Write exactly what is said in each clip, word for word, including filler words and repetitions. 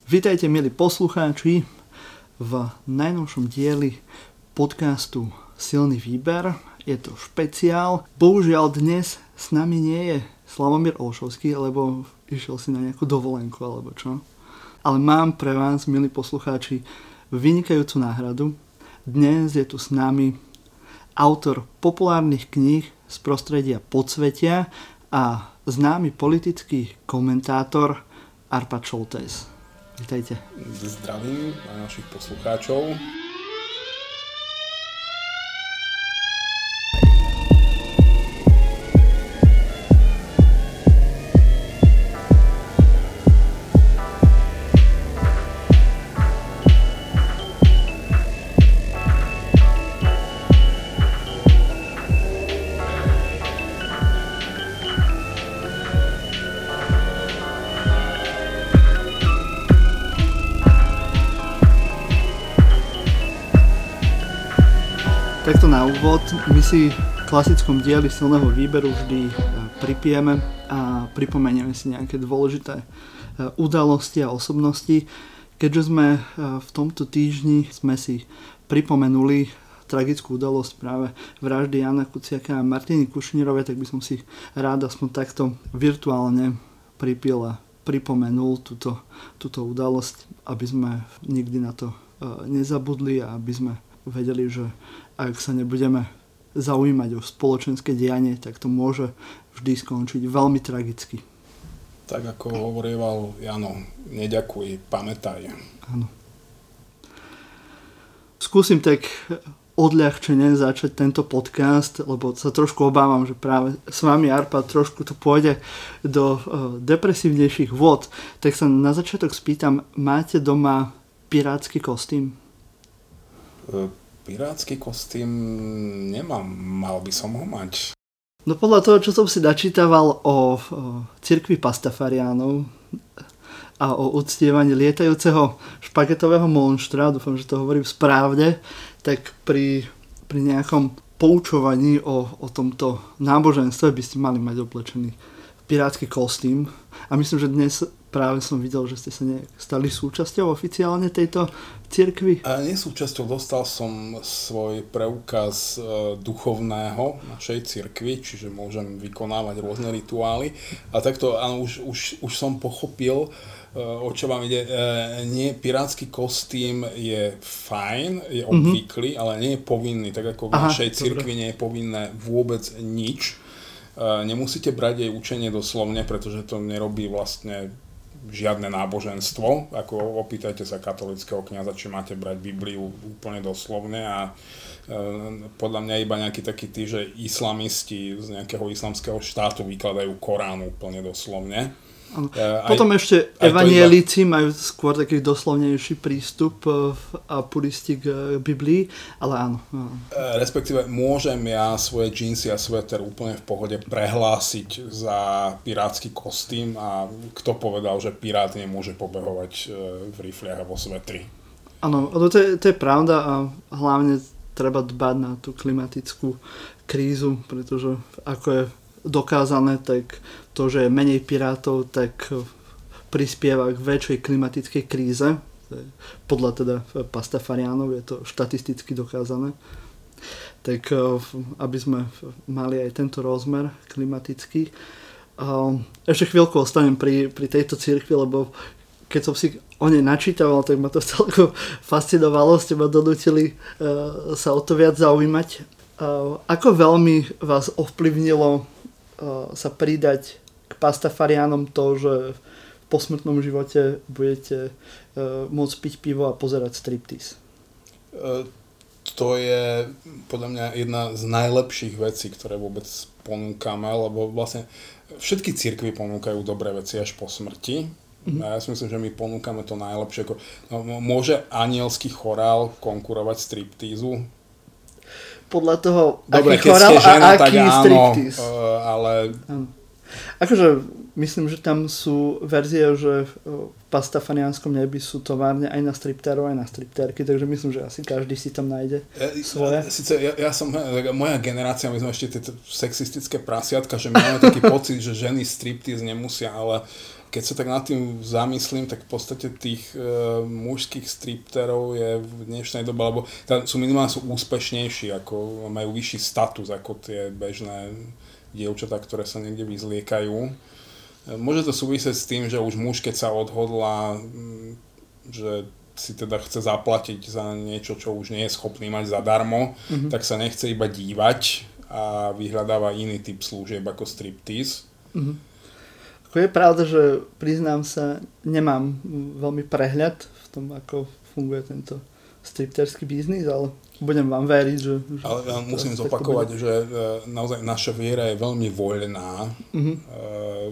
Vítajte, milí poslucháči, v najnovšom dieli podcastu Silný výber. Je to špeciál. Bohužiaľ dnes s nami nie je Slavomír Olšovský, lebo išiel si na nejakú dovolenku alebo čo. Ale mám pre vás, milí poslucháči, vynikajúcu náhradu. Dnes je tu s nami autor populárnych kníh z prostredia podsvetia a známy politický komentátor Arpad Šoltés. Vítajte. Zdravím aj našich poslucháčov. Takto na úvod, my si v klasickom dieli silného výberu vždy pripijeme a pripomenieme si nejaké dôležité udalosti a osobnosti. Keďže sme v tomto týždni sme si pripomenuli tragickú udalosť práve vraždy Jána Kuciaka a Martiny Kušnírovej, tak by som si rád aspoň takto virtuálne pripil a pripomenul túto, túto udalosť, aby sme nikdy na to nezabudli a aby sme vedeli, že ak sa nebudeme zaujímať o spoločenské dianie, tak to môže vždy skončiť veľmi tragicky. Tak ako hovorieval Jano, neďakuj, pamätaj. Áno. Skúsim tak odľahčene začať tento podcast, lebo sa trošku obávam, že práve s vami, Arpad, trošku to pôjde do uh, depresívnejších vôd. Tak sa na začiatok spýtam, máte doma pirátsky kostým? Pirátsky kostým nemám, mal by som ho mať. No podľa toho, čo som si načítaval o, o cirkvi Pastafariánov a o uctievaní lietajúceho špagetového monštra, dúfam, že to hovorím správne, tak pri, pri nejakom poučovaní o, o tomto náboženstve by ste mali mať oblečený pirátsky kostým. A myslím, že dnes práve som videl, že ste sa nejak stali súčasťou oficiálne tejto cirkvi. A nie súčasťou, dostal som svoj preukaz e, duchovného našej cirkvi, čiže môžem vykonávať rôzne rituály. A takto áno, už, už, už som pochopil, e, o čo vám ide. E, nie, pirátsky kostým je fajn, je obvyklý, mm-hmm. ale nie je povinný. Tak ako v Aha, našej cirkvi nie je povinné vôbec nič. E, nemusíte brať jej učenie doslovne, pretože to nerobí vlastne žiadne náboženstvo, ako opýtajte sa katolického kňaza, či máte brať Bibliu úplne doslovne a e, podľa mňa iba nejakí takí tí, že islamisti z nejakého islamského štátu vykladajú Korán úplne doslovne. E, Potom aj, ešte evanielici iba majú skôr taký doslovnejší prístup a puristi k Biblii, ale áno. E, respektíve môžem ja svoje džínsy a sveter úplne v pohode prehlásiť za pirátsky kostým a kto povedal, že pirát nemôže pobehovať v rifliach a vo svetri. Áno, to je, to je pravda a hlavne treba dbať na tú klimatickú krízu, pretože ako je dokázané, tak to, že je menej pirátov, tak prispieva k väčšej klimatickej kríze. Podľa teda Pastafariánov je to štatisticky dokázané. Tak aby sme mali aj tento rozmer klimatický. Ešte chvíľku ostanem pri, pri tejto cirkvi, lebo keď som si o nej načítaval, tak ma to celkom fascinovalo, ste ma donútili sa o to viac zaujímať. Ako veľmi vás ovplyvnilo sa pridať k Pastafariánom to, že v posmrtnom živote budete uh, môcť piť pivo a pozerať striptease? Uh, to je podľa mňa jedna z najlepších vecí, ktoré vôbec ponúkame, lebo vlastne všetky cirkvi ponúkajú dobré veci až po smrti. Mm-hmm. A ja si myslím, že my ponúkame to najlepšie. No, môže anielský chorál konkurovať stripteasu? Podľa toho, dobre, aký chorál a aký striptease. Uh, ale... Akože myslím, že tam sú verzie, že v pastafariánskom nebi sú továrne aj na striptérov, aj na striptérky, takže myslím, že asi každý si tam nájde svoje. Ja, sice, ja, ja som, moja generácia, my sme ešte tieto sexistické prasiatka, že my máme taký pocit, že ženy striptease nemusia, ale keď sa tak nad tým zamyslím, tak v podstate tých uh, mužských stripterov je v dnešnej dobe, alebo tá, sú minimálne sú úspešnejší, ako majú vyšší status ako tie bežné dievčatá, ktoré sa niekde vyzliekajú. Môže to súvisieť s tým, že už muž, keď sa odhodlá, že si teda chce zaplatiť za niečo, čo už nie je schopný mať zadarmo, mm-hmm. tak sa nechce iba dívať a vyhľadáva iný typ služieb ako striptease. Mm-hmm. Ako je pravda, že priznám sa, nemám veľmi prehľad v tom, ako funguje tento stripterský biznis, ale budem vám veriť, že... že ale ja musím zopakovať, že naozaj naša viera je veľmi voľná. Mm-hmm. E,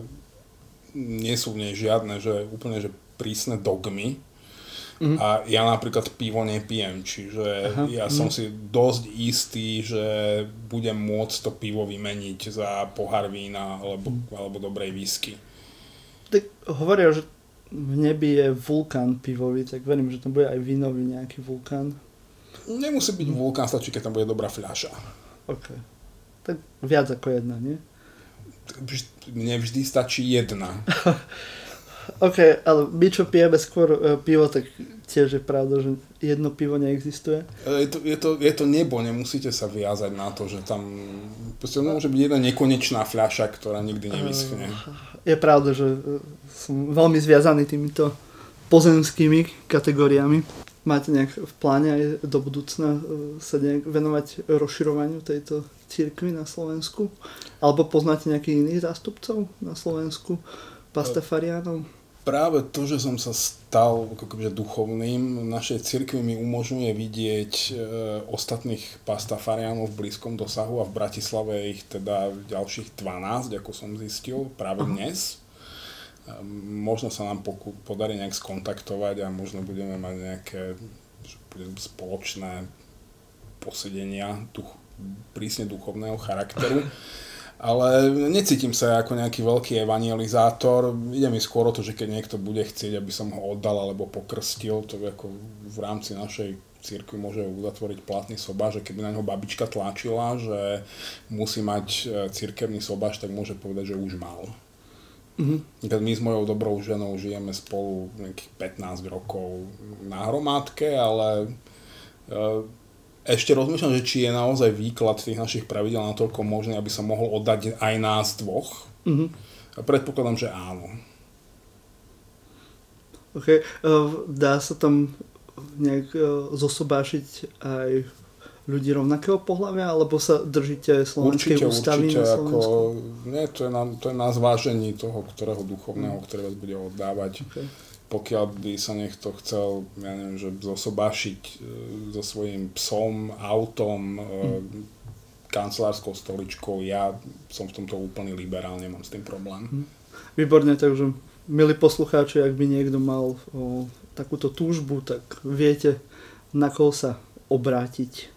nie sú v nej žiadne, že úplne že prísne dogmy. Mm-hmm. A ja napríklad pivo nepijem, čiže Aha, ja mm. som si dosť istý, že budem môcť to pivo vymeniť za pohár vína alebo, mm. alebo dobrej whisky. Tak hovoria, že v nebi je vulkán pivový, tak verím, že tam bude aj vínový nejaký vulkán. Nemusí byť mm. vulkán, stačí, keď tam bude dobrá fľaša. OK. Tak viac ako jedna, nie? Mne vždy stačí jedna. OK, ale my čo pijeme skôr uh, pivo, tak tiež je pravda, že jedno pivo neexistuje. Je to, je, to, je to nebo, nemusíte sa viazať na to, že tam proste môže byť jedna nekonečná fľaša, ktorá nikdy nevyschne. Uh, je pravda, že uh, som veľmi zviazaný týmito pozemskými kategóriami. Máte nejak v pláne aj do budúcna uh, sa nejak venovať rozširovaniu tejto cirkvi na Slovensku? Alebo poznáte nejakých iných zástupcov na Slovensku? Pastafariánov? Práve to, že som sa stal ako kebyže duchovným, našej cirkvi mi umožňuje vidieť e, ostatných pastafariánov v blízkom dosahu a v Bratislave je ich teda ďalších dvanásť, ako som zistil práve Aha. dnes. E, možno sa nám poku- podarí nejak skontaktovať a možno budeme mať nejaké spoločné posedenia duch, prísne duchovného charakteru. Ale necítim sa ako nejaký veľký evangelizátor. Ide mi skôr o to, že keď niekto bude chcieť, aby som ho oddal alebo pokrstil, to ako v rámci našej cirkvi môže uzatvoriť platný sobáš, že keby na ňo babička tlačila, že musí mať cirkevný sobáš, tak môže povedať, že už mal. Mm-hmm. Keď my s mojou dobrou ženou žijeme spolu nejakých pätnásť rokov na hromádke, ale ešte rozmýšľam, že či je naozaj výklad tých našich pravidel natoľko možný, aby som mohol oddať aj nás dvoch. Mm-hmm. A predpokladám, že áno. OK. Dá sa tam nejak zosobášiť aj ľudí rovnakého pohlavia, alebo sa držíte slovenskej určite, ústavy určite, na Slovensku? Ako, nie, to je, na, to je na zvážení toho, ktorého duchovného, mm. ktoré vás bude oddávať. Okay. Pokiaľ by sa niekto chcel, ja neviem, že zosobášiť e, so svojím psom, autom, e, mm. kancelárskou stoličkou, ja som v tomto úplný liberál, nemám s tým problém. Mm. Výborne, takže milí poslucháči, ak by niekto mal o, takúto túžbu, tak viete, na koho sa obrátiť.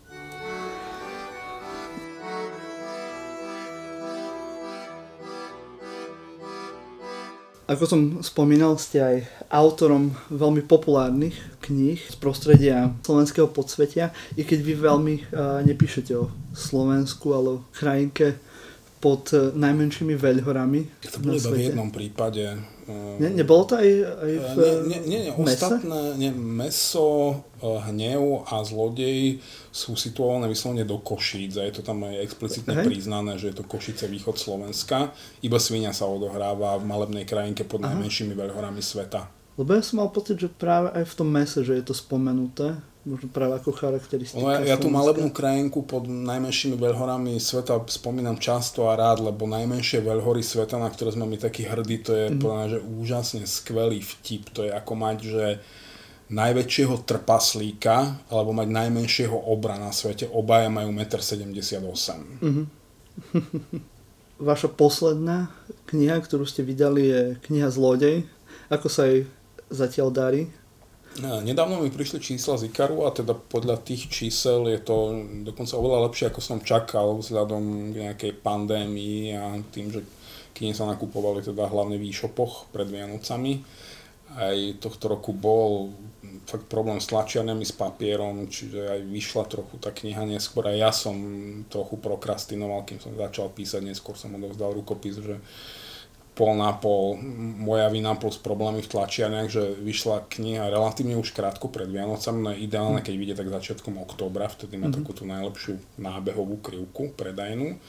Ako som spomínal, ste aj autorom veľmi populárnych kníh z prostredia slovenského podsvetia, i keď vy veľmi uh, nepíšete o Slovensku, ale o krajinke pod uh, najmenšími veľhorami. To bolo iba v jednom prípade. Ne, nebolo to aj, aj v nie, nie, nie, ostatné, nie, Meso, Hnev a Zlodej sú situované vyslovene do Košíc a je to tam aj explicitne okay. priznané, že je to Košice, východ Slovenska. Iba Sviňa sa odohráva v malebnej krajinke pod Aha. najmenšími veľhorami sveta. Lebo ja som mal pocit, že práve aj v tom Mese, že je to spomenuté. Možno práve ako charakteristika. No, ja, ja tú malebnú krajinku pod najmenšími veľhorami sveta spomínam často a rád, lebo najmenšie veľhory sveta, na ktoré sme my takí hrdí, to je mm. podľa mňa, že úžasne skvelý vtip. To je ako mať, že najväčšieho trpaslíka alebo mať najmenšieho obra na svete, obaja majú jeden sedemdesiatosem metra. Mm-hmm. Vaša posledná kniha, ktorú ste vydali, je kniha Zlodej. Ako sa jej zatiaľ darí? Nedávno mi prišli čísla z Ikaru a teda podľa tých čísel je to dokonca oveľa lepšie, ako som čakal vzhľadom k nejakej pandémii a tým, že knihy sa nakupovali teda hlavne v e-shopoch pred Vianocami. Aj tohto roku bol fakt problém s tlačiarňami, s papierom, čiže aj vyšla trochu tá kniha neskôr a ja som trochu prokrastinoval, kým som začal písať, neskôr som odovzdal rukopis, že pol na pol moja vina plus problémy v tlačiarniach, že vyšla kniha relatívne už krátko pred Vianocami, no je ideálne, keď vyjde tak začiatkom októbra, vtedy má mm-hmm. takú tú najlepšiu nábehovú krivku predajnú.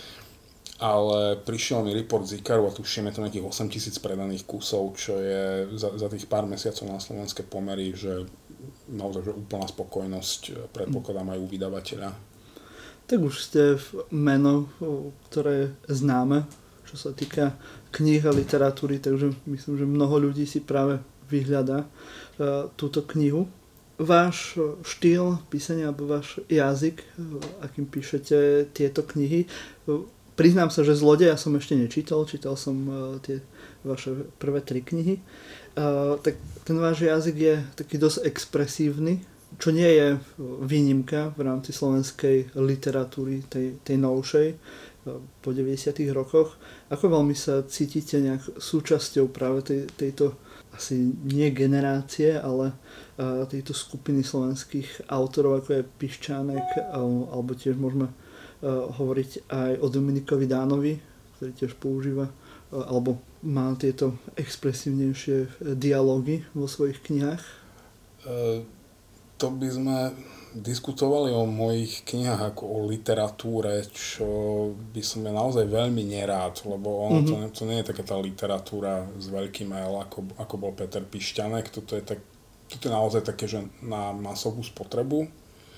Ale prišiel mi report z Ikaru a tuším, je to nejakých osemtisíc predaných kusov, čo je za, za tých pár mesiacov na slovenské pomery, že naozaj že úplná spokojnosť, predpokladám aj u vydavateľa. Tak už ste v meno, ktoré známe, čo sa týka kníh a literatúry, takže myslím, že mnoho ľudí si práve vyhľadá uh, túto knihu. Váš štýl písania alebo váš jazyk, akým píšete tieto knihy, priznám sa, že Zlodeja som ešte nečítal, čítal som uh, tie vaše prvé tri knihy. Uh, tak ten váš jazyk je taký dosť expresívny, čo nie je výnimka v rámci slovenskej literatúry, tej, tej novšej, uh, po deväťdesiatych rokoch. Ako veľmi sa cítite nejak súčasťou práve tej, tejto, asi nie generácie, ale uh, tejto skupiny slovenských autorov, ako je Piščánek, uh, alebo tiež môžeme Uh, hovoriť aj o Dominikovi Dánovi, ktorý tiež používa uh, alebo má tieto expresívnejšie dialógy vo svojich knihách? Uh, to by sme diskutovali o mojich knihách ako o literatúre, čo by som ja naozaj veľmi nerád, lebo ono mm-hmm. to, to nie je taká tá literatúra s veľkým L, ako, ako bol Peter Pišťanek. Toto je, tak, toto je naozaj také, že na masovú spotrebu.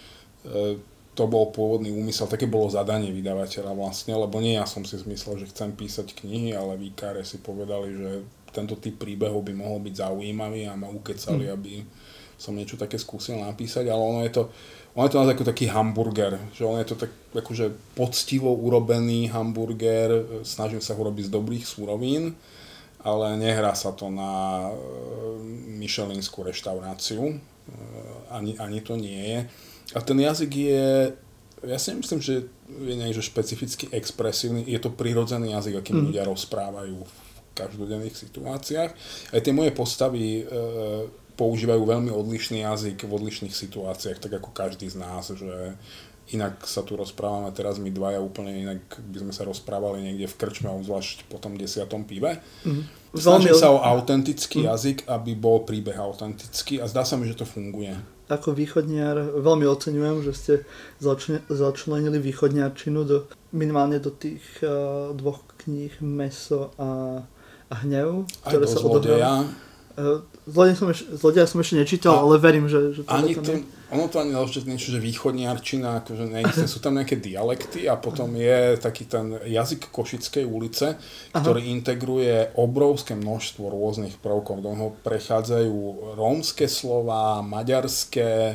Uh, To bol pôvodný úmysel, také bolo zadanie vydavateľa vlastne, lebo nie ja som si zmyslel, že chcem písať knihy, ale výkáre si povedali, že tento typ príbehov by mohol byť zaujímavý a ma ukecali, mm. aby som niečo také skúsil napísať, ale ono je to, ono je to naozaj ako taký hamburger, že ono je to tak akože poctivo urobený hamburger, snažím sa ho robiť z dobrých surovín, ale nehrá sa to na michelinskú reštauráciu, ani, ani to nie je. A ten jazyk je, ja si myslím, že je nie že špecificky expresívny, je to prirodzený jazyk, akým mm. ľudia rozprávajú v každodenných situáciách. Aj tie moje postavy e, používajú veľmi odlišný jazyk v odlišných situáciách, tak ako každý z nás, že inak sa tu rozprávame teraz my dvaja, úplne inak by sme sa rozprávali niekde v krčme, obzvlášť po tom desiatom pive. Mm. Snažím sa o autentický mm. jazyk, aby bol príbeh autentický a zdá sa mi, že to funguje. Ako východniar veľmi oceňujem, že ste začne, začlenili východniarčinu do, minimálne do tých uh, dvoch kníh Mäso a, a Hnev, ktoré sa odohrávajú. Uh, Zlodeja som, eš, Zlodeja som ešte nečítal, a ale verím, že, že to ani to nie. Ono to ani naozaj niečo, že východniarčina, akože neexistuje, sú tam nejaké dialekty a potom je taký ten jazyk Košickej ulice, ktorý Aha. integruje obrovské množstvo rôznych prvkov. Do neho prechádzajú rómske slová, maďarské,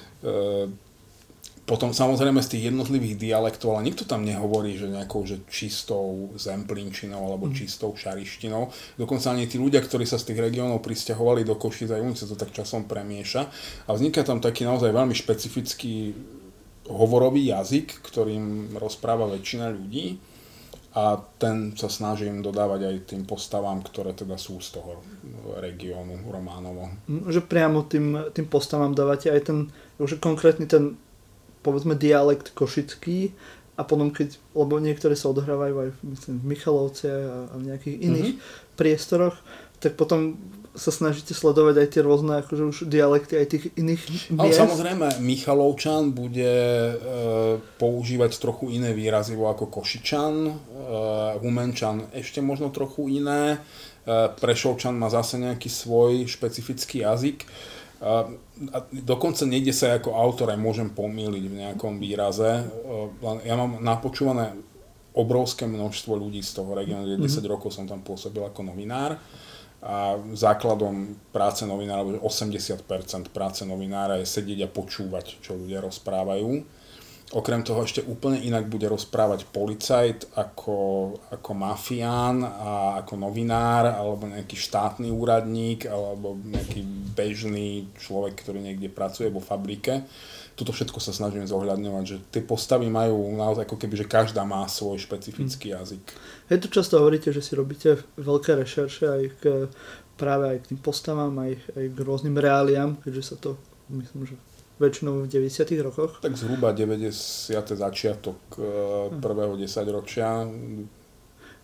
e, potom samozrejme z tých jednotlivých dialektov, ale nikto tam nehovorí, že nejakou že čistou zemplínčinou alebo mm. čistou šarištinou. Dokonca ani tí ľudia, ktorí sa z tých regiónov prisťahovali do Košíc, aj sa to tak časom premieša. A vzniká tam taký naozaj veľmi špecifický hovorový jazyk, ktorým rozpráva väčšina ľudí. A ten sa snažím dodávať aj tým postavám, ktoré teda sú z toho regiónu románovo. Že priamo tým, tým postavám dávate aj ten, že konkrétny ten povedzme dialekt košický a potom keď, lebo niektoré sa odohrávajú aj myslím, v Michalovce a, a v nejakých iných mm-hmm. priestoroch, tak potom sa snažíte sledovať aj tie rôzne akože už dialekty aj tých iných miest. Ale samozrejme Michalovčan bude e, používať trochu iné výrazy ako Košičan, e, Humenčan ešte možno trochu iné, e, Prešovčan má zase nejaký svoj špecifický jazyk. A, a dokonca niekde sa ako autor aj môžem pomýliť v nejakom výraze. Ja mám napočúvané obrovské množstvo ľudí z toho regiónu, mm-hmm. desať rokov som tam pôsobil ako novinár a základom práce novinára, osemdesiat percent práce novinára je sedieť a počúvať, čo ľudia rozprávajú. Okrem toho ešte úplne inak bude rozprávať policajt ako, ako mafián a ako novinár alebo nejaký štátny úradník alebo nejaký bežný človek, ktorý niekde pracuje vo fabrike. Toto všetko sa snažím zohľadňovať, že tie postavy majú naozaj ako keby, že každá má svoj špecifický jazyk. Hej, tu často hovoríte, že si robíte veľké rešerše aj k, práve aj k tým postavám, aj, aj k rôznym reáliám, keďže sa to, myslím, že väčšinou v deväťdesiatych rokoch. Tak zhruba deväťdesiate začiatok prvého desaťročia.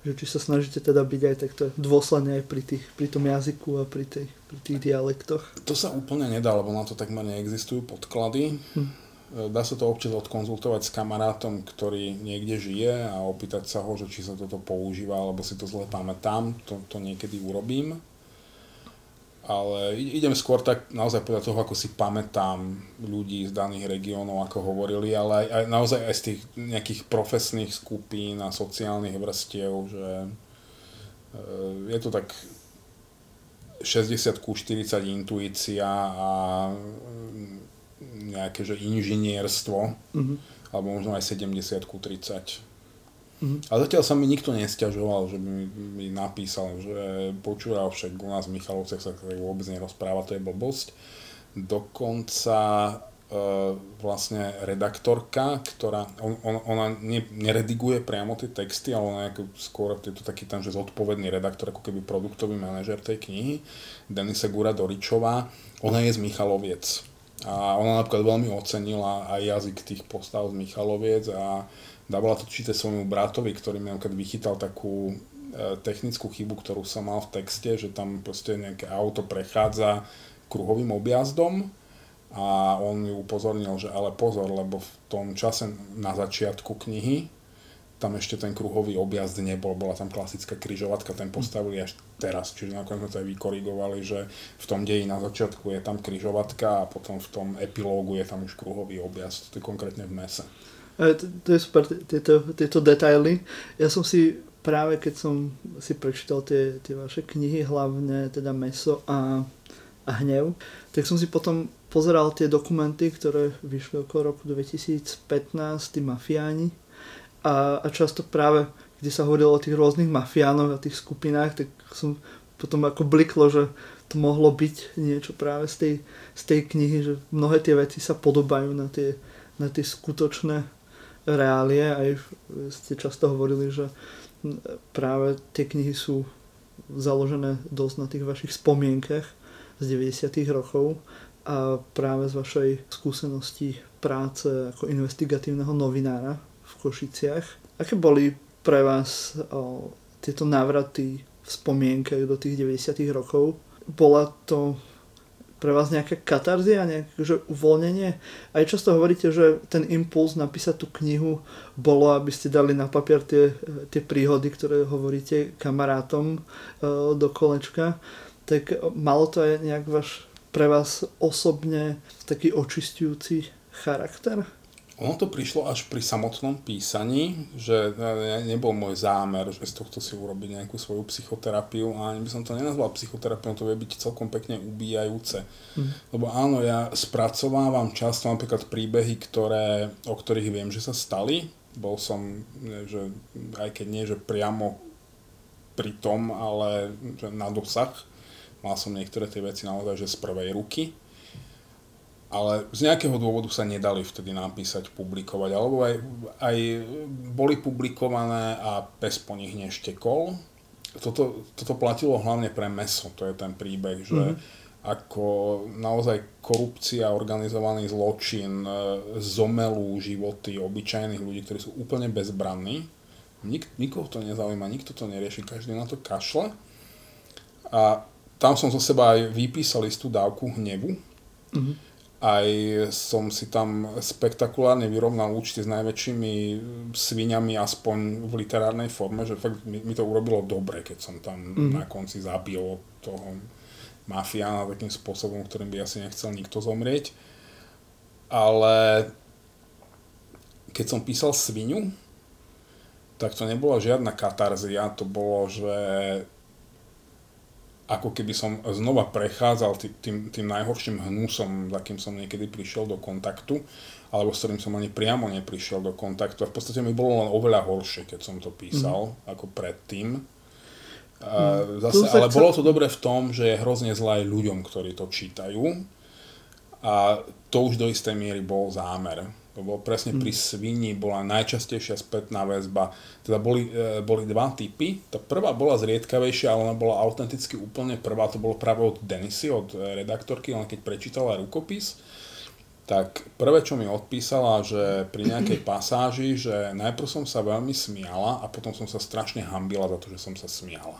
že či sa snažíte teda byť aj takto dôsledne aj pri, tých, pri tom jazyku a pri, tej, pri tých dialektoch. To sa úplne nedá, lebo na to takmer neexistujú podklady. Hm. Dá sa to občas odkonzultovať s kamarátom, ktorý niekde žije a opýtať sa ho, že či sa toto používa, alebo si to zle pamätám. To, to niekedy urobím. Ale idem skôr tak naozaj podľa toho, ako si pamätám ľudí z daných regiónov, ako hovorili, ale aj, aj naozaj aj z tých nejakých profesných skupín a sociálnych vrstiev, že je to tak šesťdesiat ku štyridsať intuícia a nejaké že inžinierstvo, mm-hmm. alebo možno aj sedemdesiat ku tridsať. Mm-hmm. A zatiaľ sa mi nikto nesťažoval, že by mi, mi napísal, že počúval, však u nás v Michalovciach sa tak vôbec nerozpráva, to je blbosť. Dokonca e, vlastne redaktorka, ktorá, on, on, ona ne, nerediguje priamo tie texty, ale ona je skôr je to taký ten, že zodpovedný redaktor, ako keby produktový manažer tej knihy, Denise Gura Doričová, ona je z Michaloviec. A ona napríklad veľmi ocenila aj jazyk tých postav z Michaloviec a dávala to čítať svojmu bratovi, ktorý mi napríklad vychytal takú e, technickú chybu, ktorú som mal v texte, že tam proste nejaké auto prechádza kruhovým objazdom a on mi upozornil, že ale pozor, lebo v tom čase na začiatku knihy tam ešte ten kruhový objazd nebol, bola tam klasická križovatka, ten postavili až teraz, čiže nakoniec sme to aj vykorigovali, že v tom deji na začiatku je tam križovatka a potom v tom epilógu je tam už kruhový objazd, to je konkrétne v mese. To, to je super, tieto, tieto detaily. Ja som si práve, keď som si prečítal tie, tie vaše knihy, hlavne teda Meso a, a Hnev, tak som si potom pozeral tie dokumenty, ktoré vyšli okolo roku dvetisícpätnásť, tí mafiáni. A, a často práve, kde sa hovorilo o tých rôznych mafiánoch a tých skupinách, tak som potom ako bliklo, že to mohlo byť niečo práve z tej, z tej knihy, že mnohé tie veci sa podobajú na tie, na tie skutočné reálie. Aj ste často hovorili, že práve tie knihy sú založené dosť na tých vašich spomienkach z deväťdesiatych rokov a práve z vašej skúsenosti práce ako investigatívneho novinára v Košiciach. Aké boli pre vás o, tieto návraty v spomienkach do tých deväťdesiatych rokov? Bola to pre vás nejaká katarzia, nejaké že uvoľnenie? Aj často hovoríte, že ten impuls napísať tú knihu bolo, aby ste dali na papier tie, tie príhody, ktoré hovoríte kamarátom e, do kolečka. Tak malo to aj nejak váš, pre vás osobne taký očisťujúci charakter? Ono to prišlo až pri samotnom písaní, že nebol môj zámer, že z tohto si urobiť nejakú svoju psychoterapiu a ani by som to nenazval psychoterapiou, to vie byť celkom pekne ubíjajúce. Mm. Lebo áno, ja spracovávam často napríklad príbehy, ktoré, o ktorých viem, že sa stali. Bol som, že, aj keď nie, že priamo pri tom, ale že na dosah. Mal som niektoré tie veci naozaj, že z prvej ruky. Ale z nejakého dôvodu sa nedali vtedy napísať, publikovať, alebo aj, aj boli publikované a pes po nich neštekol. Toto, toto platilo hlavne pre Meso, to je ten príbeh, že mm-hmm. ako naozaj korupcia, organizovaný zločin zomelú životy obyčajných ľudí, ktorí sú úplne bezbranní. Nik, nikoho to nezaujíma, nikto to nerieši, každý na to kašle. A tam som zo seba aj vypísal istú dávku hnevu. Mm-hmm. Aj som si tam spektakulárne vyrovnal účty s najväčšími sviňami, aspoň v literárnej forme, že fakt mi, mi to urobilo dobre, keď som tam mm. na konci zabil toho mafiána takým spôsobom, ktorým by asi nechcel nikto zomrieť. Ale keď som písal Sviňu, tak to nebola žiadna katarzia, to bolo, že ako keby som znova prechádzal tým, tým, tým najhorším hnusom, za kým som niekedy prišiel do kontaktu, alebo s ktorým som ani priamo neprišiel do kontaktu. A v podstate mi bolo len oveľa horšie, keď som to písal, mm. ako predtým. Mm. Zase, ale chcel... bolo to dobré v tom, že je hrozne zlé aj ľuďom, ktorí to čítajú. A to už do istej miery bol zámer. To bolo presne pri Svini, bola najčastejšia spätná väzba. Teda boli, e, boli dva typy. Tá prvá bola zriedkavejšia, ale ona bola autenticky úplne prvá. To bolo práve od Denisy, od redaktorky, ona keď prečítala rukopis. tak prvé, čo mi odpísala, že pri nejakej pasáži, že najprv som sa veľmi smiala a potom som sa strašne hanbila za to, že som sa smiala.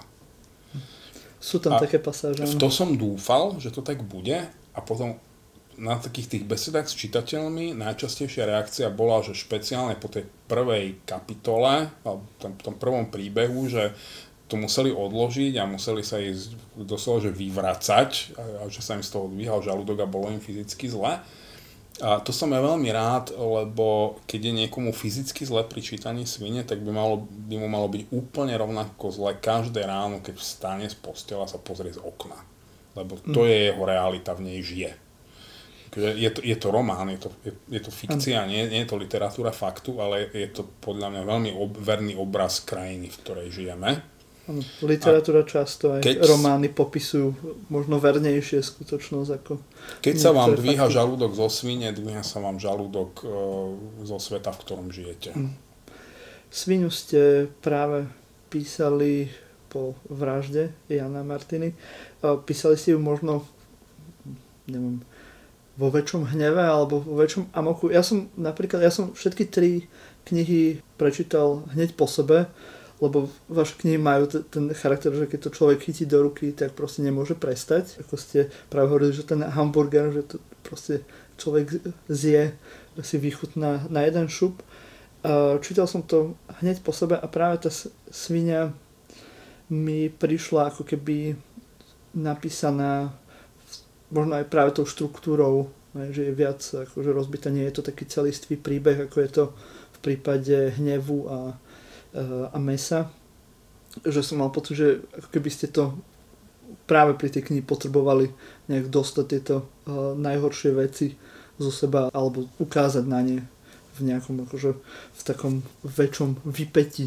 Sú tam a také pasáže. V to som dúfal, že to tak bude a potom na takých tých besedách s čitateľmi najčastejšia reakcia bola, že špeciálne po tej prvej kapitole, alebo tom, tom prvom príbehu, že to museli odložiť a museli sa ísť doslova, že vyvracať a, a že sa im z toho dvíhal žalúdok a bolo im fyzicky zle. A to som ja veľmi rád, lebo keď je niekomu fyzicky zle pri čítaní Svine, tak by, malo, by mu malo byť úplne rovnako zle každé ráno, keď vstane z postela a sa pozrie z okna. Lebo to mm. je jeho realita, v nej žije. Je to, je to román, je to, je, je to fikcia, mm. nie, nie je to literatúra faktu, ale je to podľa mňa veľmi ob, verný obraz krajiny, v ktorej žijeme. Ano, literatúra a často aj keď, romány popisujú možno vernejšie skutočnosť ako... Keď sa vám dvíha fakty. Žalúdok zo svine, dvíha sa vám žalúdok e, zo sveta, v ktorom žijete. Mm. Svinu ste práve písali po vražde Jana Martiny. Písali ste ju možno, neviem, vo väčšom hneve alebo vo väčšom amoku. Ja som napríklad, ja som všetky tri knihy prečítal hneď po sebe, lebo vaše knihy majú t- ten charakter, že keď to človek chytí do ruky, tak proste nemôže prestať. Ako ste práve hovorili, že ten hamburger, že to proste človek zje, si vychutná na jeden šup. Uh, čítal som to hneď po sebe a práve tá svinia mi prišla ako keby napísaná možno aj práve tou štruktúrou, že je viac akože rozbitá, nie je to taký celistvý príbeh, ako je to v prípade Hnevu a a mesa, že som mal pocit, že ako keby ste to práve pri tej knihe potrebovali nejak dostať tieto uh, najhoršie veci zo seba alebo ukázať na ne v nejakom akože v takom väčšom vypätí.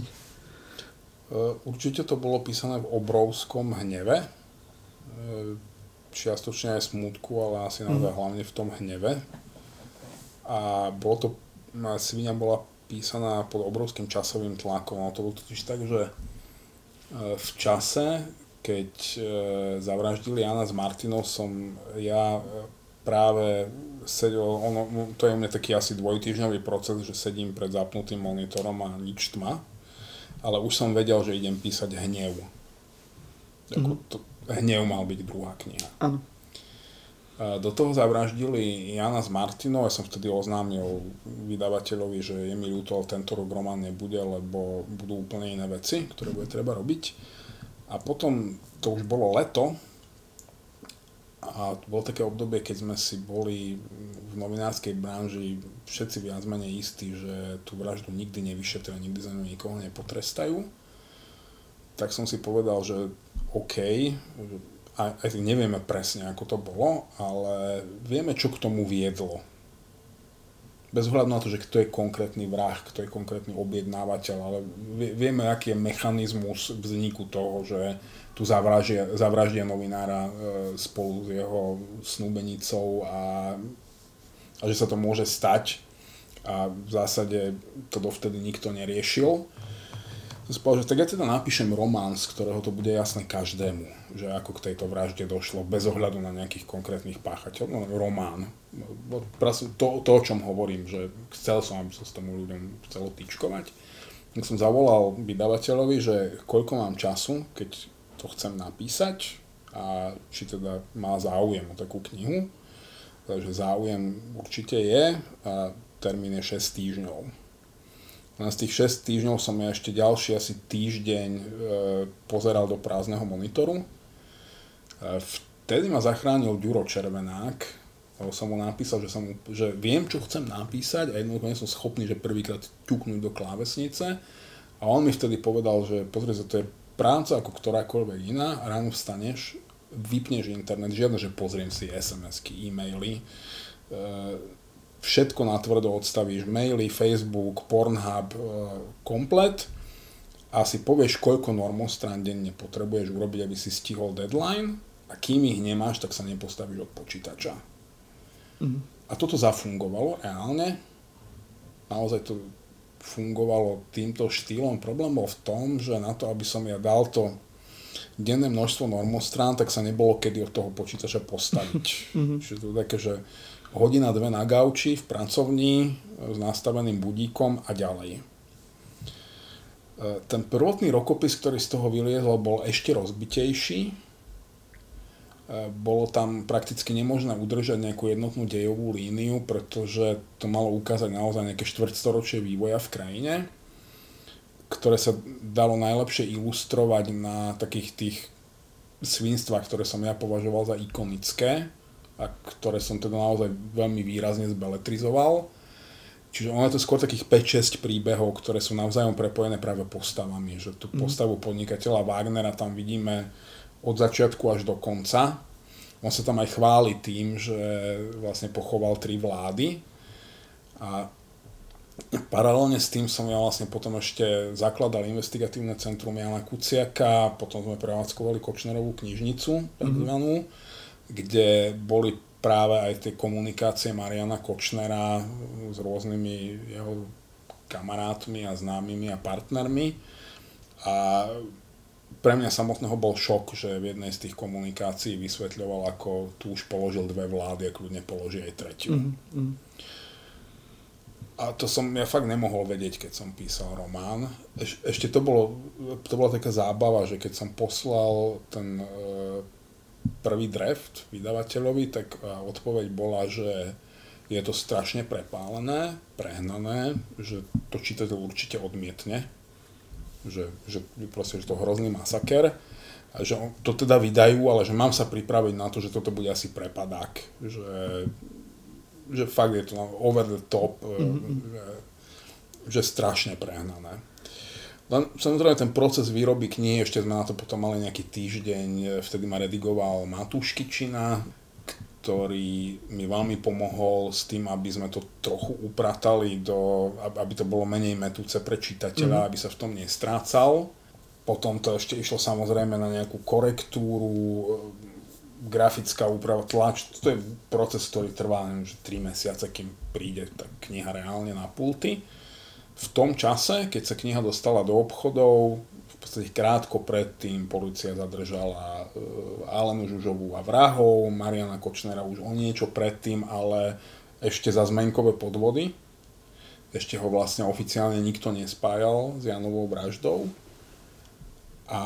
Určite to bolo písané v obrovskom hneve, čiastočne aj smútku, ale asi naozaj mm. hlavne v tom hneve. A bolo to, Svinia bola písaná pod obrovským časovým tlakom. No to bolo totiž tak, že v čase, keď zavraždili Jana s Martinou, som ja práve sedel, ono, to je u mňa taký asi dvojtýždňový proces, že sedím pred zapnutým monitorom a nič tma, ale už som vedel, že idem písať Hnev. Mm. To, Hnev mal byť druhá kniha. Áno. Do toho zavraždili Jana s Martinou, ja som vtedy oznámil vydavateľovi, že je mi ľúto, ale tento rok román nebude, lebo budú úplne iné veci, ktoré bude treba robiť. A potom to už bolo leto a bolo také obdobie, keď sme si boli v novinárskej branži všetci viac menej istí, že tú vraždu nikdy nevyšetria, nikdy za ňu nikoho nepotrestajú. Tak som si povedal, že OK, a aj nevieme presne, ako to bolo, ale vieme, čo k tomu viedlo. Bez ohľadu na to, že kto je konkrétny vrah, kto je konkrétny objednávateľ, ale vieme, aký je mechanizmus vzniku toho, že tu zavraždia, zavraždia novinára e, spolu s jeho snúbenicou a, a že sa to môže stať a v zásade to dovtedy nikto neriešil. Som povedal, že tak ja teda napíšem román, z ktorého to bude jasné každému, že ako k tejto vražde došlo, bez ohľadu na nejakých konkrétnych páchateľov, no, román. To, to, o čom hovorím, že chcel som, aby sa s tomu ľuďom chcelo týčkovať. Tak som zavolal vydavateľovi, že koľko mám času, keď to chcem napísať a či teda má záujem o takú knihu. Takže záujem určite je a termín je šesť týždňov. Na z tých šesť týždňov som ja ešte ďalší asi týždeň e, pozeral do prázdneho monitoru. E, vtedy ma zachránil Ďuro Červenák, lebo som mu napísal, že, som, že viem, čo chcem napísať a jednoducho nie som schopný, že prvýkrát ťuknúť do klávesnice. A on mi vtedy povedal, že pozri sa, to je práca ako ktorákoľvek iná, ráno vstaneš, vypneš internet, žiadne, že pozriem si es em esky, e-maily, e, všetko natvrdo odstavíš, maily, Facebook, Pornhub, e, komplet a si povieš, koľko normostrán denne potrebuješ urobiť, aby si stihol deadline a kým ich nemáš, tak sa nepostavíš od počítača. Mm. A toto zafungovalo reálne. Naozaj to fungovalo týmto štýlom. Problém bol v tom, že na to, aby som ja dal to denné množstvo normostrán, tak sa nebolo kedy od toho počítača postaviť. Mm-hmm. Čiže to je také, že hodina, dve na gauči v pracovni s nastaveným budíkom a ďalej. Ten prvotný rokopis, ktorý z toho vyliezol, bol ešte rozbitejší. Bolo tam prakticky nemožné udržať nejakú jednotnú dejovú líniu, pretože to malo ukázať naozaj nejaké štvrťstoročie vývoja v krajine, ktoré sa dalo najlepšie ilustrovať na takých tých svinstvách, ktoré som ja považoval za ikonické a ktoré som teda naozaj veľmi výrazne zbeletrizoval. Čiže ono je to skôr takých päť šesť príbehov, ktoré sú navzájom prepojené práve postavami. Že tú postavu podnikateľa Wagnera tam vidíme od začiatku až do konca. On sa tam aj chváli tým, že vlastne pochoval tri vlády. A paralelne s tým som ja vlastne potom ešte zakladal investigatívne centrum Jana Kuciaka, potom sme prevádzkovali Kočnerovú knižnicu, takzvanú, mm-hmm. kde boli práve aj tie komunikácie Mariana Kočnera s rôznymi jeho kamarátmi a známymi a partnermi. A pre mňa samotného bol šok, že v jednej z tých komunikácií vysvetľoval, ako tu už položil dve vlády a kľudne položí aj tretiu. Mm-hmm. A to som ja fakt nemohol vedieť, keď som písal román. Eš, ešte to bolo, to bola taká zábava, že keď som poslal ten e, prvý draft vydavateľovi, tak odpoveď bola, že je to strašne prepálené, prehnané, že to čitateľ určite odmietne. Že, že proste, že to hrozný masaker, a že to teda vydajú, ale že mám sa pripraviť na to, že toto bude asi prepadák, že, že fakt je to over the top, mm-hmm. že, že strašne prehnané. Len, samozrejme ten proces výroby knihy, ešte sme na to potom mali nejaký týždeň, vtedy ma redigoval Matúš Kičina, ktorý mi veľmi pomohol s tým, aby sme to trochu upratali, do, aby to bolo menej mätúce pre čitateľa, mm. aby sa v tom nestrácal. Potom to ešte išlo samozrejme na nejakú korektúru, grafická úprava, tlač. To je proces, ktorý trvá neviem, že tri mesiace, kým príde tá kniha reálne na pulty. V tom čase, keď sa kniha dostala do obchodov, v podstate krátko predtým polícia zadržala Alenu Žužovú a vrahov, Mariana Kočnera už o niečo predtým, ale ešte za zmenkové podvody. Ešte ho vlastne oficiálne nikto nespájal s Janovou vraždou. A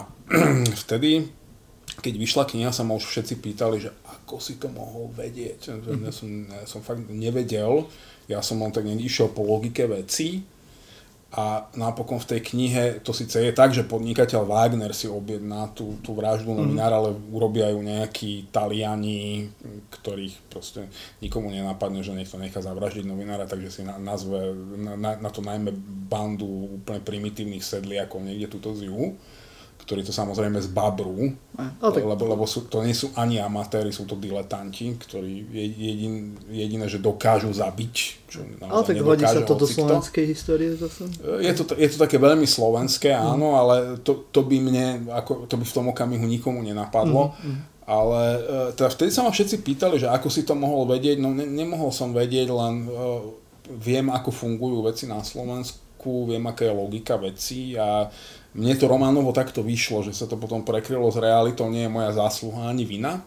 vtedy, keď vyšla kniha, sa ma už všetci pýtali, že ako si to mohol vedieť. Ja som, ja som fakt nevedel. Ja som len tak išiel po logike vecí. A napokon v tej knihe to síce je tak, že podnikateľ Wagner si objedná tú, tú vraždu novinára, mm. ale urobia ju nejakí Taliani, ktorých proste nikomu nenapadne, že niekto nechá zavraždiť novinára, takže si na, nazve na, na to najmä bandu úplne primitívnych sedliakov niekde tuto z juhu, ktorí to samozrejme zbabrú, tak... lebo, lebo sú, to nie sú ani amatéri, sú to diletanti, ktorí jedin, jediné, že dokážu zabiť. Čo ale tak hodí sa to do slovenskej histórie zase? Je to, je to také veľmi slovenské, áno, mm. ale to, to by mne, ako, to by v tom okamihu nikomu nenapadlo. Mm, mm. Ale teda vtedy sa ma všetci pýtali, že ako si to mohol vedieť, no ne, nemohol som vedieť, len uh, viem, ako fungujú veci na Slovensku, viem, aká je logika vecí a mne to románovo takto vyšlo, že sa to potom prekrylo s realitou, nie je moja zásluha ani vina.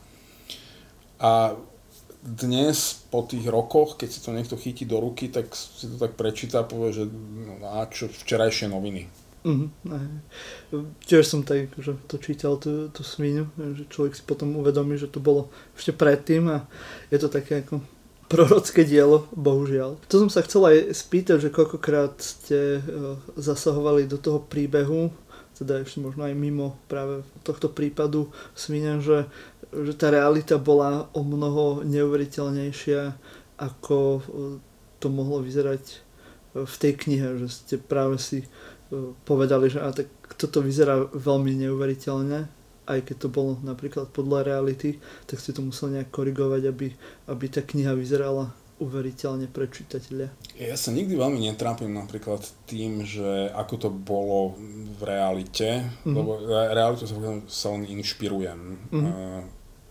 A dnes, po tých rokoch, keď si to niekto chytí do ruky, tak si to tak prečíta a povie, že no a čo, včerajšie noviny. Mm-hmm. Tiež som tak, že to čítal tú, tú svinu, že človek si potom uvedomí, že to bolo ešte predtým a je to také ako prorocké dielo, bohužiaľ. To som sa chcel aj spýtať, že koľkokrát ste zasahovali do toho príbehu, teda ešte možno aj mimo práve tohto prípadu Sviňa, že, že tá realita bola o mnoho neuveriteľnejšia, ako to mohlo vyzerať v tej knihe, že ste práve si povedali, že a tak toto vyzerá veľmi neuveriteľne, aj keď to bolo napríklad podľa reality, tak ste to museli nejak korigovať, aby, aby tá kniha vyzerala uveriteľne pre čitateľa. Ja sa nikdy veľmi netrápim napríklad tým, že ako to bolo v realite, mm-hmm. lebo realitu sa, sa len inšpirujem. Mm-hmm. Uh,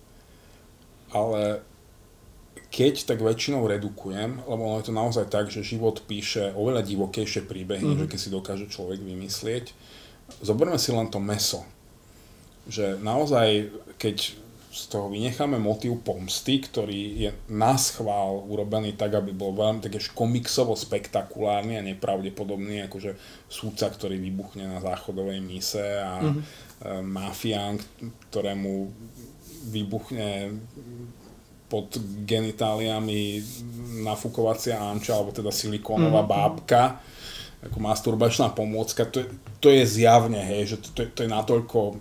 ale keď, tak väčšinou redukujem, lebo ono je to naozaj tak, že život píše oveľa divokejšie príbehy, mm-hmm. že keď si dokáže človek vymyslieť. Zoberme si len to mäso. že naozaj, keď z toho vynecháme motív pomsty, ktorý je naschvál urobený tak, aby bol veľmi také komiksovo spektakulárny a nepravdepodobný, akože súdca, ktorý vybuchne na záchodovej mise a mm-hmm. mafián, ktorému vybuchne pod genitáliami nafúkovacia amča, alebo teda silikónová mm-hmm. bábka, ako masturbačná pomôcka. To, to je zjavne, hej, že to, to je natoľko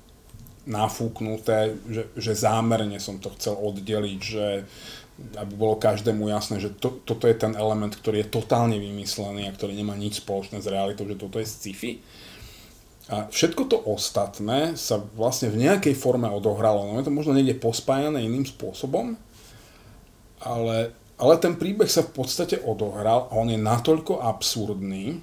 nafúknuté, že, že zámerne som to chcel oddeliť, že aby bolo každému jasné, že to, toto je ten element, ktorý je totálne vymyslený a ktorý nemá nič spoločné s realitou, že toto je sci-fi. A všetko to ostatné sa vlastne v nejakej forme odohralo. No je to možno niekde pospájané iným spôsobom, ale, ale ten príbeh sa v podstate odohral a on je natoľko absurdný,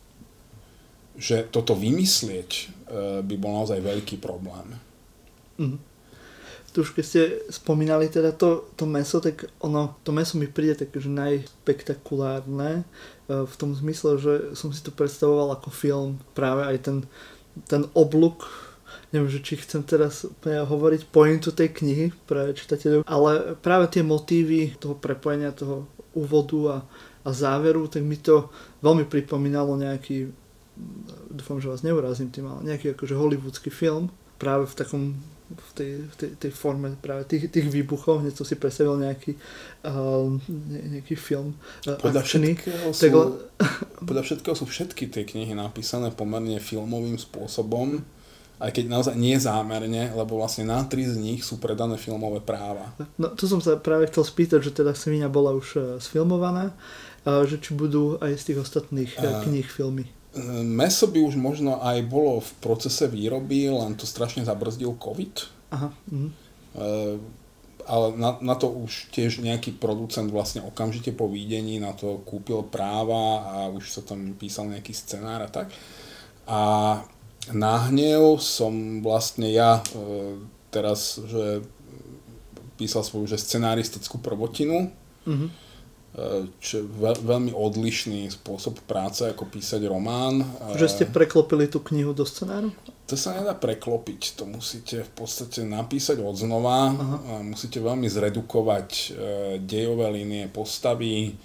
že toto vymyslieť e, by bol naozaj veľký problém. Mm. Tu už keď ste spomínali teda to, to meso, tak ono, to meso mi príde také, že najspektakulárne v tom zmysle, že som si to predstavoval ako film, práve aj ten, ten oblúk, neviem, že či chcem teraz hovoriť pointu tej knihy pre čitateľov, ale práve tie motívy toho prepojenia, toho úvodu a, a záveru, tak mi to veľmi pripomínalo nejaký, dúfam, že vás neurazím tým, ale nejaký akože hollywoodsky film, práve v takom v tej, v tej, tej forme práve tých, tých výbuchov. Hneď som si predstavil nejaký uh, ne, nejaký film uh, podľa akčný. Všetkého sú, Tegla... podľa všetkého sú všetky tie knihy napísané pomerne filmovým spôsobom, aj keď naozaj nie zámerne, lebo vlastne na tri z nich sú predané filmové práva. No to som sa práve chcel spýtať, že teda Sviňa bola už uh, sfilmovaná, uh, že či budú aj z tých ostatných uh, kníh filmy. Mäso by už možno aj bolo v procese výroby, len to strašne zabrzdil COVID. Aha. Mhm. E, ale na, na to už tiež nejaký producent vlastne okamžite po výdení na to kúpil práva a už sa tam písal nejaký scenár a tak. A na hnev som vlastne ja e, teraz, že písal svoju že scenaristickú prvotinu, mhm. čo je veľ, veľmi odlišný spôsob práce, ako písať román. Že ste preklopili tú knihu do scenáru? To sa nedá preklopiť, to musíte v podstate napísať odznova, a musíte veľmi zredukovať e, dejové línie, postavy,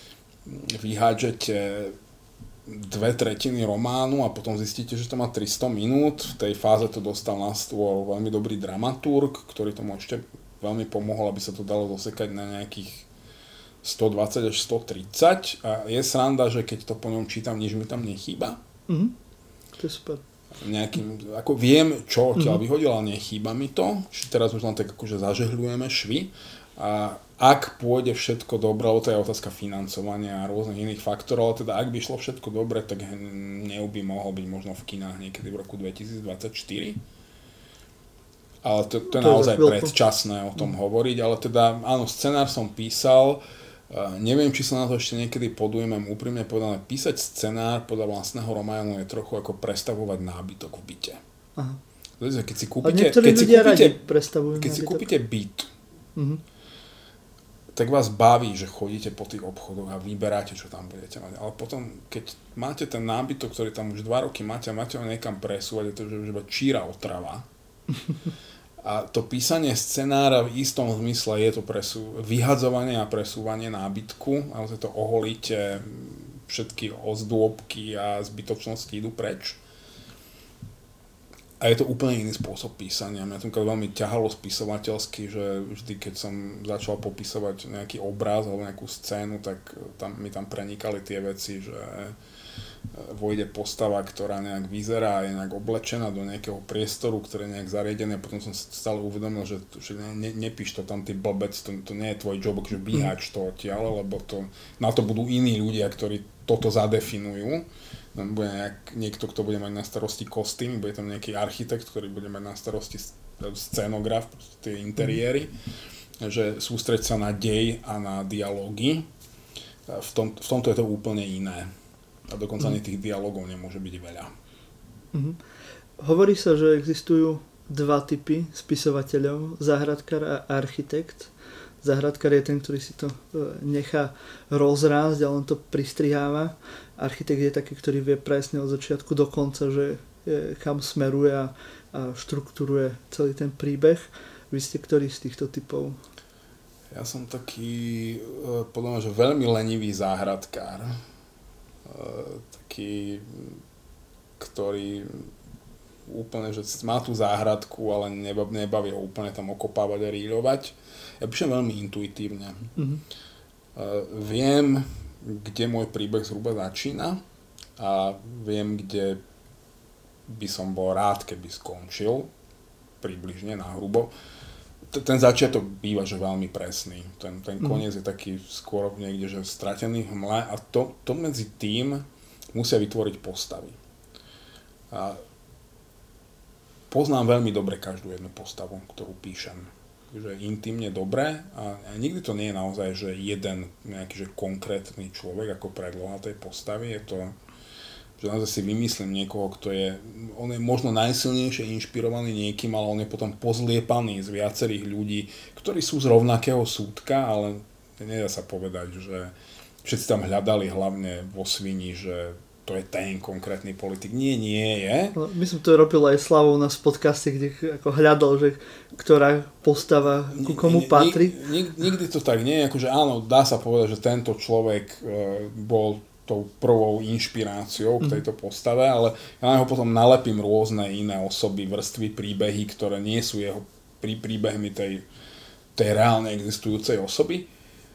vyhádžete dve tretiny románu a potom zistíte, že to má tristo minút. V tej fáze to dostal na stôl veľmi dobrý dramaturg, ktorý tomu ešte veľmi pomohol, aby sa to dalo dosekať na nejakých stodvadsať až stotridsať a je sranda, že keď to po ňom čítam, nič mi tam nechýba. Mhm, to je super. Nejakým, ako viem, čo odtiaľ mm-hmm. vyhodil, ale nechýba mi to. Teraz už len tak akože zažehľujeme švy a ak pôjde všetko dobre, to je otázka financovania a rôznych iných faktorov, ale teda ak by šlo všetko dobre, tak Hnev by mohol byť možno v kinách niekedy v roku dvetisícdvadsaťštyri. Ale to, to je to naozaj je predčasné o tom mm. hovoriť, ale teda áno, scenár som písal. Uh, neviem, či sa na to ešte niekedy podujemem, úprimne povedané, písať scenár podľa vlastného románu je trochu ako prestavovať nábytok v byte. Aha. Keď si kúpite, keď si kúpite, keď si kúpite byt, uh-huh. tak vás baví, že chodíte po tých obchodoch a vyberáte, čo tam budete mať. Ale potom, keď máte ten nábytok, ktorý tam už dva roky máte a máte ho niekam presúvať, je to už iba číra otrava. A to písanie scenára v istom zmysle je to presú, vyhadzovanie a presúvanie nábytku, ale to oholíte, všetky ozdôbky a zbytočnosti idú preč. A je to úplne iný spôsob písania. Mňa to veľmi ťahalo spisovateľsky, že vždy, keď som začal popisovať nejaký obraz alebo nejakú scénu, tak tam, mi tam prenikali tie veci, že vojde postava, ktorá nejak vyzerá, je nejak oblečená do nejakého priestoru, ktorý je nejak zariadený a potom som si stále uvedomil, že, že ne, ne, nepíš to tam ty blbec, to, to nie je tvoj job, že vyháč to odtiaľ, lebo to, na to budú iní ľudia, ktorí toto zadefinujú. Bude nejak, niekto, kto bude mať na starosti kostým, bude tam nejaký architekt, ktorý bude mať na starosti scénograf, tie interiéry, že sústreď sa na dej a na dialógy. V, tom, v tomto je to úplne iné. A dokonca ani tých dialogov nemôže byť veľa. Mm-hmm. Hovorí sa, že existujú dva typy spisovateľov, záhradkár a architekt. Záhradkár je ten, ktorý si to nechá rozrásť a len to pristriháva. Architekt je taký, ktorý vie presne od začiatku do konca, že kam smeruje a a štruktúruje celý ten príbeh. Vy ste ktorý z týchto typov? Ja som taký, podľa mňa, že veľmi lenivý záhradkár. Taký, ktorý úplne, že má tú záhradku, ale nebaví ho úplne tam okopávať a rýľovať. Ja píšem veľmi intuitívne. Mm-hmm. Viem, kde môj príbeh zhruba začína a viem, kde by som bol rád, keby skončil, približne nahrubo. Ten začiatok býva, že veľmi presný. Ten, ten koniec je taký skôr niekde, že stratený v hmle a to, to medzi tým musia vytvoriť postavy. A poznám veľmi dobre každú jednu postavu, ktorú píšem. Že intimne dobre a nikdy to nie je naozaj, že jeden nejaký že konkrétny človek ako predloha tej postavy. Je to, že naozaj si vymyslím niekoho, kto je, on je možno najsilnejšie inšpirovaný niekým, ale on je potom pozliepaný z viacerých ľudí, ktorí sú z rovnakého súdka, ale nedá sa povedať, že všetci tam hľadali hlavne vo svini, že to je ten konkrétny politik. Nie, nie je. No, my som to robil aj Slavou na podcaste, kde ako hľadal, že ktorá postava ku komu patrí. Nik, nikdy to tak nie je, akože áno, dá sa povedať, že tento človek e, bol tou prvou inšpiráciou k tejto postave, ale ja na neho potom nalepím rôzne iné osoby, vrstvy, príbehy, ktoré nie sú jeho prí, príbehmi tej, tej reálne existujúcej osoby.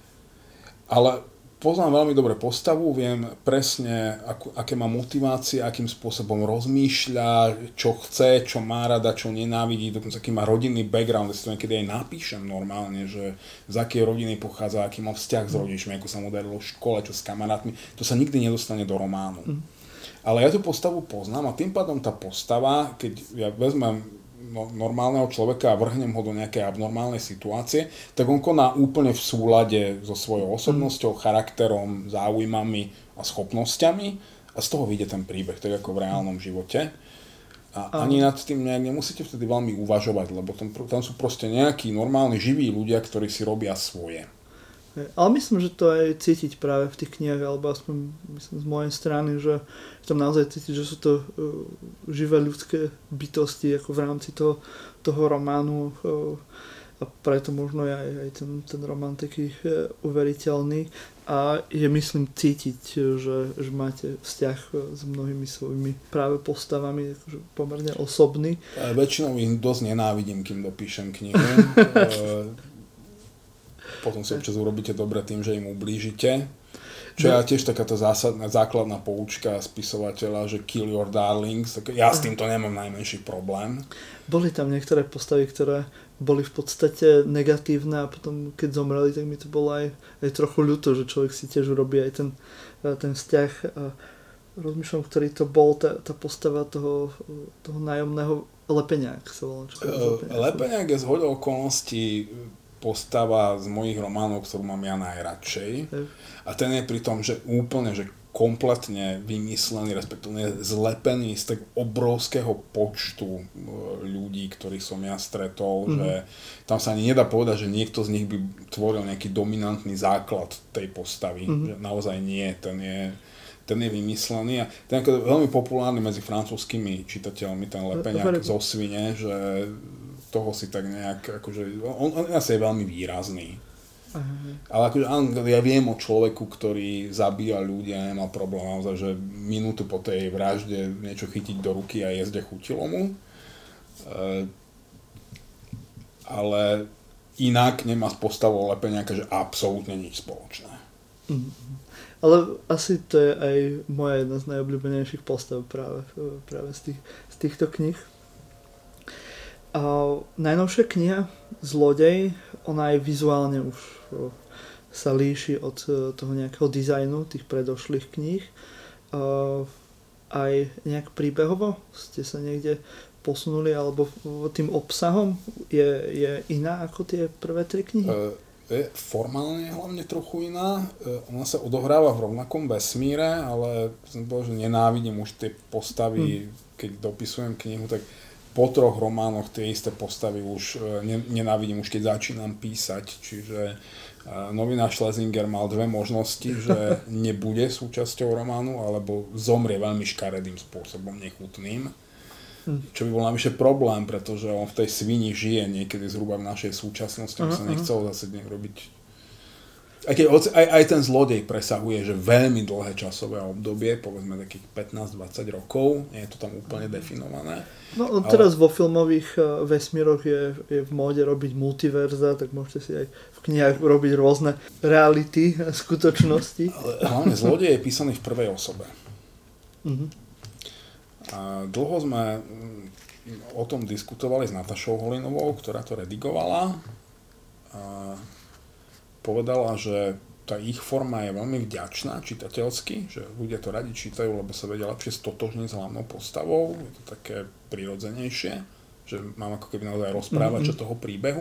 Ale poznám veľmi dobre postavu, viem presne, ako, aké má motivácie, akým spôsobom rozmýšľa, čo chce, čo má rada, čo nenávidí, dokonca aký má rodinný background, si to niekedy aj napíšem normálne, že z akej rodiny pochádza, aký má vzťah s rodičmi, ako sa mu darilo v škole, čo s kamarátmi, to sa nikdy nedostane do románu. Mm. Ale ja tú postavu poznám a tým pádom tá postava, keď ja vezmem normálneho človeka a vrhnem ho do nejakej abnormálnej situácie, tak on koná úplne v súlade so svojou osobnosťou, charakterom, záujmami a schopnosťami a z toho vyjde ten príbeh, tak ako v reálnom živote. A ani nad tým nejak nemusíte vtedy veľmi uvažovať, lebo tam, tam sú proste nejakí normálni, živí ľudia, ktorí si robia svoje. Ale myslím, že to aj cítiť práve v tých knihách, alebo aspoň myslím z mojej strany, že tam naozaj cítiť, že sú to uh, živé ľudské bytosti ako v rámci toho, toho románu uh, a preto možno je aj, aj ten, ten román taký uh, uveriteľný a je myslím cítiť, že, že máte vzťah s mnohými svojimi práve postavami, akože pomerne osobný. A väčšinou ich dosť nenávidím, kým dopíšem knihu. Potom si občas urobíte dobre tým, že im ublížite. Čo je tiež takáto zásadná, základná poučka spisovateľa, že kill your darlings. Tak ja s týmto nemám najmenší problém. Boli tam niektoré postavy, ktoré boli v podstate negatívne a potom keď zomreli, tak mi to bolo aj, aj trochu ľúto, že človek si tiež urobí aj ten, ten vzťah. A rozmýšľam, ktorý to bol, tá, tá postava toho, toho nájomného Lepeniak. Sa volá, čo uh, Lepeniak je z hodou okolností postava z mojich románov, ktorú mám ja najradšej. A ten je pri tom, že úplne, že kompletne vymyslený, respektíve zlepený z tak obrovského počtu ľudí, ktorých som ja stretol, mm-hmm. že tam sa ani nedá povedať, že niekto z nich by tvoril nejaký dominantný základ tej postavy. Mm-hmm. Že naozaj nie, ten je, ten je vymyslený a ten je veľmi populárny medzi francúzskými čitateľmi, ten Lepeniak zo Svine, že toho si tak nejak, akože, on, on asi je veľmi výrazný. Aha. Ale akože, ja viem o človeku, ktorý zabíja ľudí a nemá problém, naozaj, že minútu po tej vražde niečo chytiť do ruky a jezde chutilo mu. E, ale inak nemá s postavou Lepeniaka, že absolútne nič spoločné. Mm. Ale asi to je aj moja jedna z najobľúbenejších postav práve, práve z, tých, z týchto kníh. A najnovšia kniha Zlodej, ona aj vizuálne už o, sa líši od toho nejakého dizajnu tých predošlých kníh. A, aj nejak príbehovo ste sa niekde posunuli, alebo tým obsahom je, je iná ako tie prvé tri knihy? Uh, je formálne hlavne trochu iná. Uh, ona sa odohráva v rovnakom vesmíre, ale som povedal, že nenávidím už tie postavy, hmm. keď dopisujem knihu, tak po troch románoch tie isté postavy už ne, nenávidím, už keď začínam písať, čiže uh, novinár Schlesinger mal dve možnosti, že nebude súčasťou románu, alebo zomrie veľmi škaredým spôsobom, nechutným. Čo by bol navyše problém, pretože on v tej svini žije niekedy zhruba v našej súčasnosti, uh-huh. sa nechcel zase robiť. Aj, keď, aj, aj ten zlodej presahuje, že veľmi dlhé časové obdobie, povedzme takých pätnásť dvadsať rokov, nie je to tam úplne definované. No ale... teraz vo filmových uh, vesmíroch je, je v móde robiť multiverza, tak môžete si aj v knihách robiť rôzne reality a skutočnosti. Ale hlavne zlodej je písaný v prvej osobe. Uh-huh. A dlho sme o tom diskutovali s Natašou Holinovou, ktorá to redigovala. A povedala, že tá ich forma je veľmi vďačná čitateľsky, že ľudia to radi čítajú, lebo sa vedia lepšie stotožniť s hlavnou postavou, je to také prirodzenejšie, že mám ako keby naozaj rozprávača mm-hmm. toho príbehu,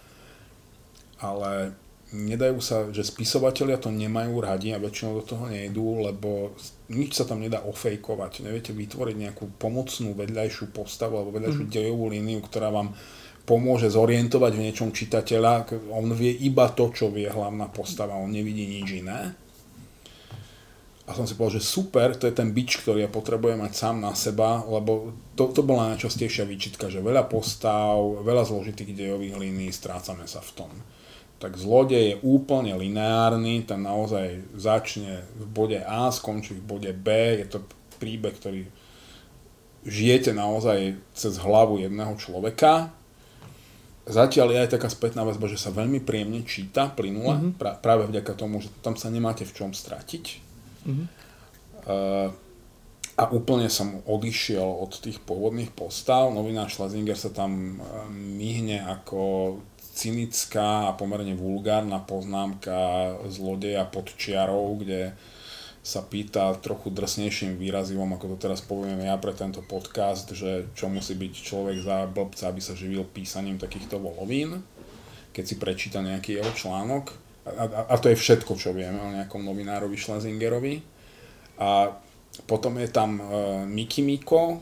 ale nedajú sa, že spisovatelia to nemajú radi a väčšinou do toho nejdú, lebo nič sa tam nedá ofejkovať, neviete vytvoriť nejakú pomocnú vedľajšiu postavu alebo vedľajšiu mm-hmm. dejovú líniu, ktorá vám pomôže zorientovať v niečom čitateľa. On vie iba to, čo vie hlavná postava, on nevidí nič iné. A som si povedal, že super, to je ten bič, ktorý ja potrebujem mať sám na seba, lebo to, to bola najčastejšia výčitka, že veľa postav, veľa zložitých dejových línií, strácame sa v tom. Tak zlodej je úplne lineárny, ten naozaj začne v bode A, skončí v bode B, je to príbeh, ktorý žijete naozaj cez hlavu jedného človeka. Zatiaľ je aj taká spätná väzba, že sa veľmi príjemne číta, plynule, mm-hmm. pra, práve vďaka tomu, že tam sa nemáte v čom stratiť. Mm-hmm. Uh, a úplne som odišiel od tých pôvodných postav. Novinár Schlesinger sa tam uh, myhne ako cynická a pomerne vulgárna poznámka zlodeja pod čiarou, kde sa pýta trochu drsnejším výrazivom, ako to teraz poviem ja pre tento podcast, že čo musí byť človek za blbca, aby sa živil písaním takýchto volovín, keď si prečíta nejaký jeho článok. A, a, a to je všetko, čo vieme o nejakom novinárovi Schlesingerovi. A potom je tam uh, Miki Miko, uh,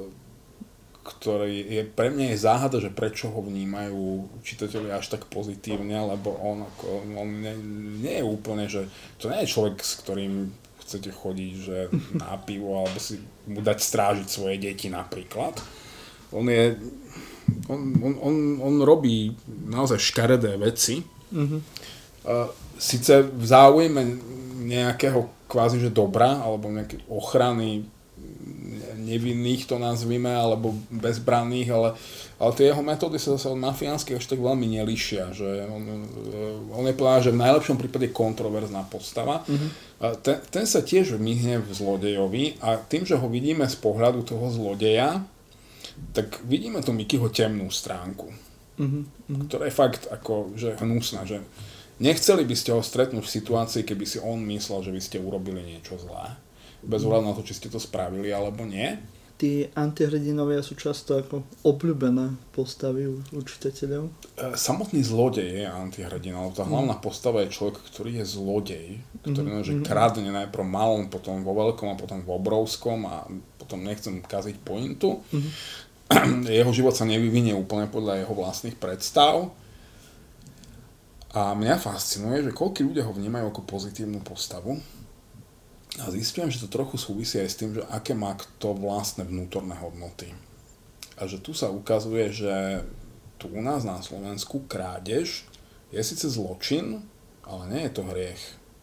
ktorý je, pre mňa je záhada, že prečo ho vnímajú čitatelia až tak pozitívne, lebo on, ako, on nie, nie je úplne, že to nie je človek, s ktorým chcete chodiť že na pivo alebo si mu dať strážiť svoje deti napríklad. On je, on, on, on, on robí naozaj škaredé veci. Mm-hmm. Uh, Sice v záujme nejakého kvázi že dobra alebo nejaké ochrany nevinných to nazvime, alebo bezbranných, ale, ale tie jeho metódy sa zase od mafiánskych až tak veľmi nelíšia, že on, on je povedal, že v najlepšom prípade kontroverzná postava. Mm-hmm. A ten, ten sa tiež myhne v zlodejovi a tým, že ho vidíme z pohľadu toho zlodeja, tak vidíme tu Mikyho temnú stránku, mm-hmm. ktorá je fakt ako, že hnusná, že nechceli by ste ho stretnúť v situácii, keby si on myslel, že by ste urobili niečo zlé. Bez ohľadu na to, či ste to spravili alebo nie. Tí antihrdinovia sú často ako obľúbené postavy u, u čitateľov. Samotný zlodej je antihrdina, ale tá hlavná mm. postava je človek, ktorý je zlodej, ktorý mm. že kradne najprv malom, potom vo veľkom a potom v obrovskom a potom nechcem kaziť pointu. Mm. Jeho život sa nevyvinie úplne podľa jeho vlastných predstav. A mňa fascinuje, že koľko ľudia ho vnímajú ako pozitívnu postavu. A zistujem, že to trochu súvisí aj s tým, že aké má kto vlastné vnútorné hodnoty. A že tu sa ukazuje, že tu u nás na Slovensku krádež je síce zločin, ale nie je to hriech.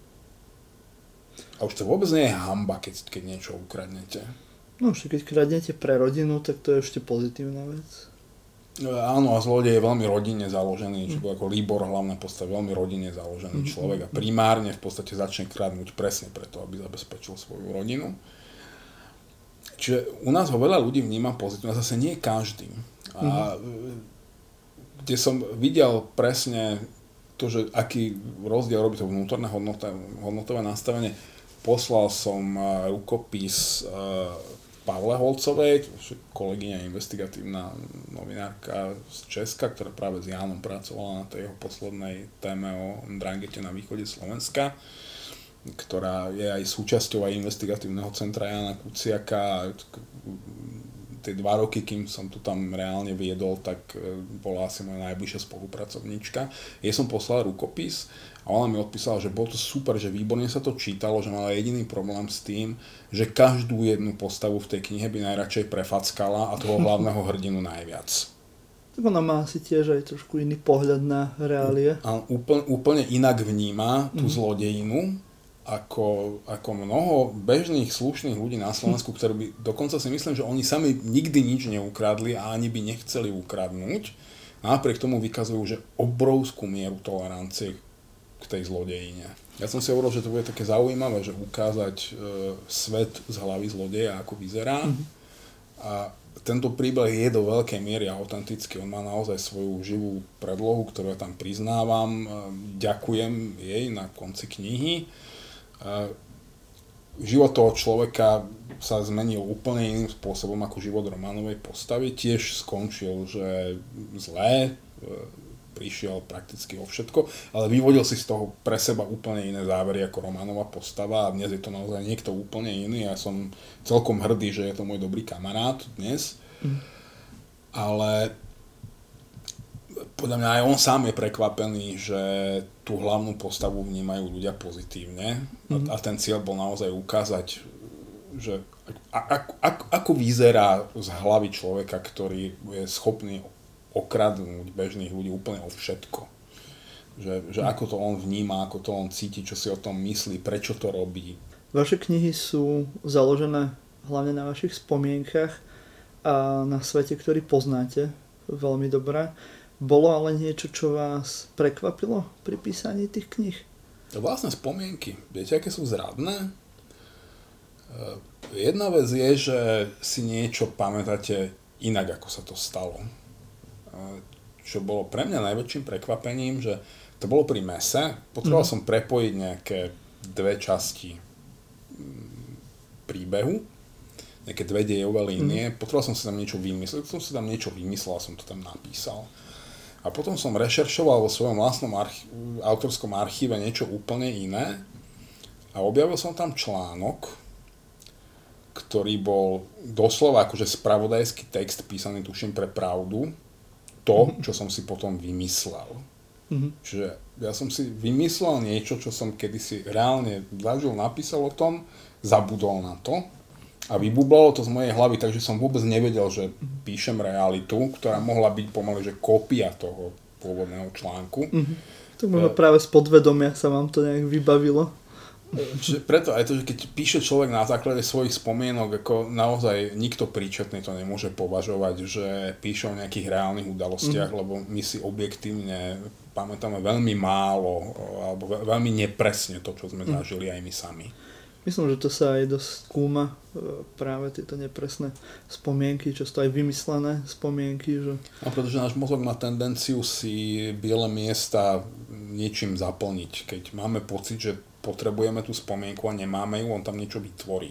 A už to vôbec nie je hanba, keď, keď niečo ukradnete. No už keď kradnete pre rodinu, tak to je ešte pozitívna vec. Áno, a zlodej je veľmi rodinne založený, čiže ako Líbor, hlavná postava, veľmi rodinne založený mm. človek a primárne v podstate začne kradnúť presne preto, aby zabezpečil svoju rodinu. Čiže u nás ho veľa ľudí vníma pozitívne, zase nie každý. A mm. kde som videl presne to, že aký rozdiel robí to vnútorné hodnota, hodnotové nastavenie, poslal som rukopis Pavle Holcovej, kolegyňa investigatívna novinárka z Česka, ktorá práve s Jánom pracovala na tej jeho poslednej téme o drangete na východe Slovenska, ktorá je aj súčasťou aj investigatívneho centra Jána Kuciaka. Tie dva roky, kým som tu tam reálne viedol, tak bola asi moja najbližšia spolupracovníčka. Jej som poslal rukopis a A ona mi odpísala, že bolo to super, že výborne sa to čítalo, že mala jediný problém s tým, že každú jednu postavu v tej knihe by najradšej prefackala a toho hlavného hrdinu najviac. Tak ona má asi tiež aj trošku iný pohľad na reálie. A úplne, úplne inak vníma tú mm. zlodejinu, ako, ako mnoho bežných slušných ľudí na Slovensku, ktorí by, dokonca si myslím, že oni sami nikdy nič neukradli a ani by nechceli ukradnúť. A napriek tomu vykazujú, že obrovskú mieru tolerancie k tej zlodejine. Ja som si hovoril, že to bude také zaujímavé, že ukázať e, svet z hlavy zlodeja, ako vyzerá. Mm-hmm. A tento príbeh je do veľkej miery autentický. On má naozaj svoju živú predlohu, ktorú ja tam priznávam. E, ďakujem jej na konci knihy. Život toho človeka sa zmenil úplne iným spôsobom ako život románovej postavy. Tiež skončil, že zlé, prišiel prakticky o všetko, ale vyvodil si z toho pre seba úplne iné závery ako románová postava a dnes je to naozaj niekto úplne iný. Ja som celkom hrdý, že je to môj dobrý kamarát dnes. Mm. Ale podľa mňa aj on sám je prekvapený, že tú hlavnú postavu vnímajú ľudia pozitívne mm. a, a ten cieľ bol naozaj ukázať, že ako, ako, ako vyzerá z hlavy človeka, ktorý je schopný okradnúť bežných ľudí úplne o všetko. Že, že ako to on vníma, ako to on cíti, čo si o tom myslí, prečo to robí. Vaše knihy sú založené hlavne na vašich spomienkach a na svete, ktorý poznáte veľmi dobre. Bolo ale niečo, čo vás prekvapilo pri písaní tých kníh? To vlastne spomienky. Viete, aké sú zradné? Jedna vec je, že si niečo pamätáte inak, ako sa to stalo. Čo bolo pre mňa najväčším prekvapením, že to bolo pri mese. Potreboval mm. som prepojiť nejaké dve časti príbehu, nejaké dve dejové línie. Mm. Potreboval som si tam niečo vymyslieť. Som si tam niečo vymyslel a som to tam napísal. A potom som rešeršoval vo svojom vlastnom archi- autorskom archíve niečo úplne iné a objavil som tam článok, ktorý bol doslova akože spravodajský text písaný tuším pre Pravdu, to, čo som si potom vymyslel. Mm-hmm. Čiže ja som si vymyslel niečo, čo som kedysi reálne zažil, napísal o tom, zabudol na to a vybublalo to z mojej hlavy, takže som vôbec nevedel, že píšem realitu, ktorá mohla byť pomaly, že kópia toho pôvodného článku. Mm-hmm. Tak možno práve z podvedomia sa vám to nejak vybavilo. Čiže preto aj to, že keď píše človek na základe svojich spomienok, ako naozaj nikto príčetný to nemôže považovať, že píše o nejakých reálnych udalostiach, mm-hmm. lebo my si objektívne pamätáme veľmi málo, alebo veľmi nepresne to, čo sme mm-hmm. zažili aj my sami. Myslím, že to sa aj dosť skúma, práve tieto nepresné spomienky, často aj vymyslené spomienky. Že... No, pretože náš mozog má tendenciu si biele miesta niečím zaplniť. Keď máme pocit, že potrebujeme tú spomienku a nemáme ju, on tam niečo vytvorí.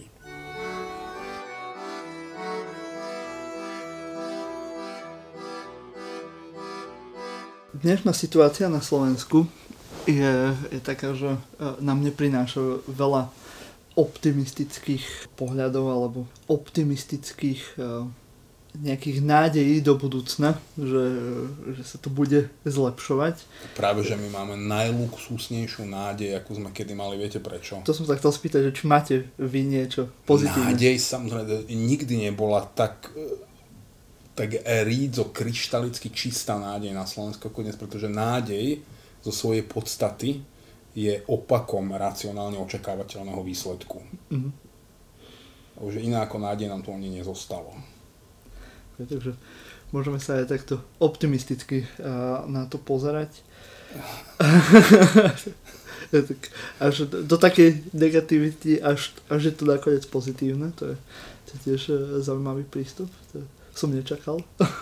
Dnešná situácia na Slovensku je, je taká, že nám neprináša veľa optimistických pohľadov alebo optimistických nejakých nádejí do budúcna, že, že sa to bude zlepšovať. Práve, že my máme najluxusnejšiu nádej, akú sme kedy mali, viete prečo? To som sa chcel spýtať, že či máte vy niečo pozitívne. Nádej samozrejme nikdy nebola tak, tak rídzo, kryštalicky čistá nádej na Slovensku ako dnes, pretože nádej zo svojej podstaty je opakom racionálne očakávateľného výsledku. Mm-hmm. Už iná ako nádej nám to ani nezostalo. Takže môžeme sa aj takto optimisticky na to pozerať. Až do, do takej negativity, až, až je to nakoniec pozitívne. To je, to je tiež zaujímavý prístup. To som nečakal.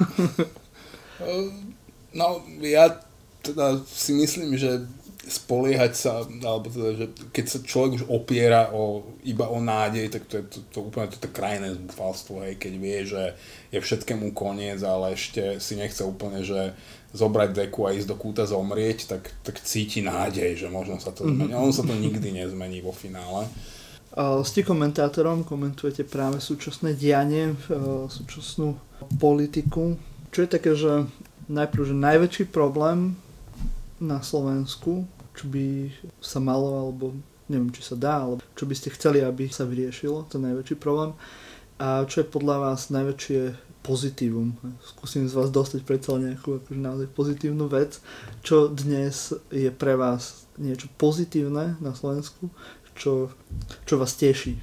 No, ja teda si myslím, že spoliehať sa, alebo teda, že keď sa človek už opiera o, iba o nádej, tak to je to, to úplne toto krajné zúfalstvo, hej, keď vie, že je všetkému koniec, ale ešte si nechce úplne, že zobrať deku a ísť do kúta zomrieť, tak, tak cíti nádej, že možno sa to zmení. On sa to nikdy nezmení vo finále. Ste komentátorom, komentujete práve súčasné dianie, súčasnú politiku. Čo je také, že najprv, že najväčší problém na Slovensku čo by sa malo, alebo neviem, či sa dá, alebo čo by ste chceli, aby sa vyriešilo, ten najväčší problém. A čo je podľa vás najväčšie pozitívum? Skúsim z vás dostať predsa nejakú akože naozaj pozitívnu vec. Čo dnes je pre vás niečo pozitívne na Slovensku, čo, čo vás teší?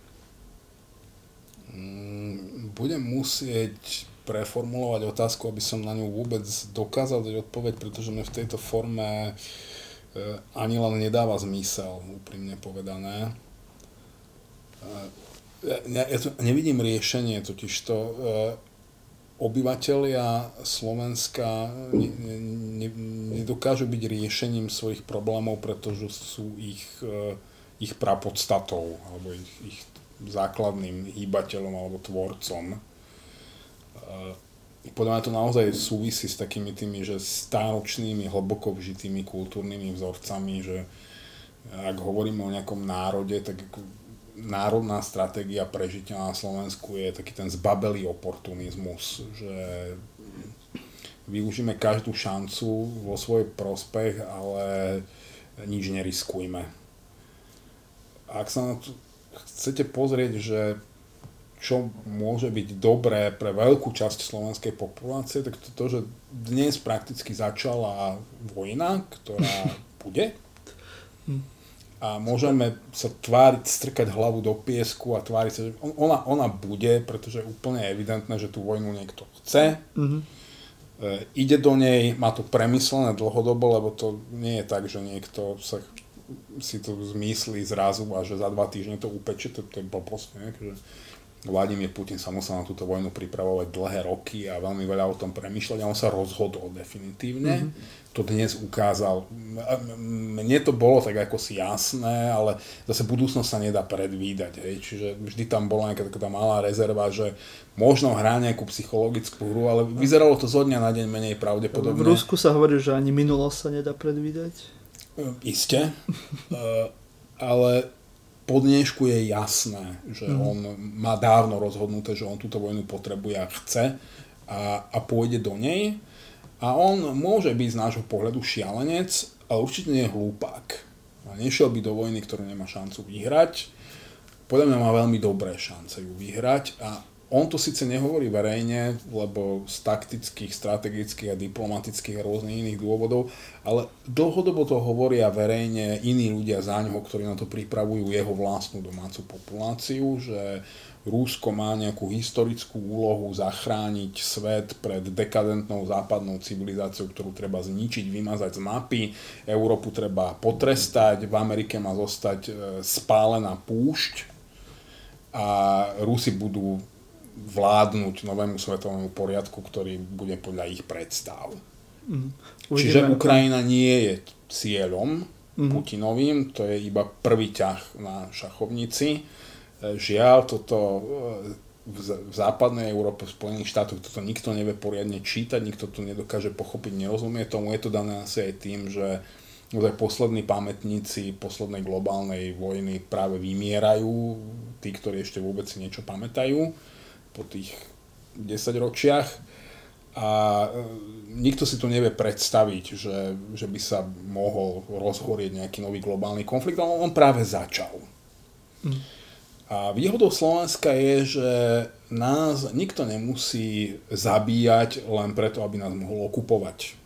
Budem musieť preformulovať otázku, aby som na ňu vôbec dokázal dať odpoveď, pretože mi v tejto forme ani len nedáva zmysel, úprimne povedané. Ja, ja to nevidím riešenie, totižto obyvatelia Slovenska ne, ne, nedokážu byť riešením svojich problémov, pretože sú ich, ich prapodstatou alebo ich, ich základným hýbateľom alebo tvorcom. Podľa mňa to naozaj súvisí s takými tými, že stáročnými, hlboko vžitými kultúrnymi vzorcami, že ak hovoríme o nejakom národe, tak národná stratégia prežitia na Slovensku je taký ten zbabelý oportunizmus, že využíme každú šancu vo svoj prospech, ale nič neriskujme. Ak sa na to chcete pozrieť, že čo môže byť dobré pre veľkú časť slovenskej populácie, tak to, to že dnes prakticky začala vojna, ktorá bude. A môžeme sa tváriť, strkať hlavu do piesku a tváriť sa, že ona, ona bude, pretože je úplne evidentné, že tú vojnu niekto chce. Mm-hmm. E, ide do nej, má to premyslené dlhodobo, lebo to nie je tak, že niekto sa si to zmyslí zrazu a že za dva týždne to upeče, to, to je blbosť, ne? Že Vladimír Putin sa musel na túto vojnu pripravovať dlhé roky a veľmi veľa o tom premýšľať a on sa rozhodol definitívne. Mm-hmm. To dnes ukázal. Mne to bolo tak ako si jasné, ale zase budúcnosť sa nedá predvídať. Hej. Čiže vždy tam bola nejaká taká malá rezerva, že možno hrá nejakú psychologickú hru, ale vyzeralo to zo dňa na deň menej pravdepodobne. V Rusku sa hovorí, že ani minulosť sa nedá predvídať. Isté. Ale po dnešku je jasné, že mm. on má dávno rozhodnuté, že on túto vojnu potrebuje a chce a, a pôjde do nej. A on môže byť z nášho pohľadu šialenec, ale určite nie je hlúpak. A nešiel by do vojny, ktorú nemá šancu vyhrať. Podľa mňa má veľmi dobré šance ju vyhrať a on to síce nehovorí verejne, lebo z taktických, strategických a diplomatických a rôznych iných dôvodov, ale dlhodobo to hovoria verejne iní ľudia za ňoho, ktorí na to pripravujú jeho vlastnú domácu populáciu, že Rusko má nejakú historickú úlohu zachrániť svet pred dekadentnou západnou civilizáciou, ktorú treba zničiť, vymazať z mapy, Európu treba potrestať, v Amerike má zostať spálená púšť a Rusi budú vládnuť novému svetovému poriadku, ktorý bude podľa ich predstav. Mm. Čiže Ukrajina nie je cieľom mm. Putinovým, to je iba prvý ťah na šachovnici. Žiaľ, toto v západnej Európe, v Spojených štátoch, toto nikto nevie poriadne čítať, nikto to nedokáže pochopiť, nerozumie tomu. Je to dané asi aj tým, že poslední pamätníci poslednej globálnej vojny práve vymierajú, tí, ktorí ešte vôbec si niečo pamätajú po tých desaťročiach a nikto si to nevie predstaviť, že, že by sa mohol rozhorieť nejaký nový globálny konflikt, ale on práve začal. Mm. A výhodou Slovenska je, že nás nikto nemusí zabíjať len preto, aby nás mohol okupovať.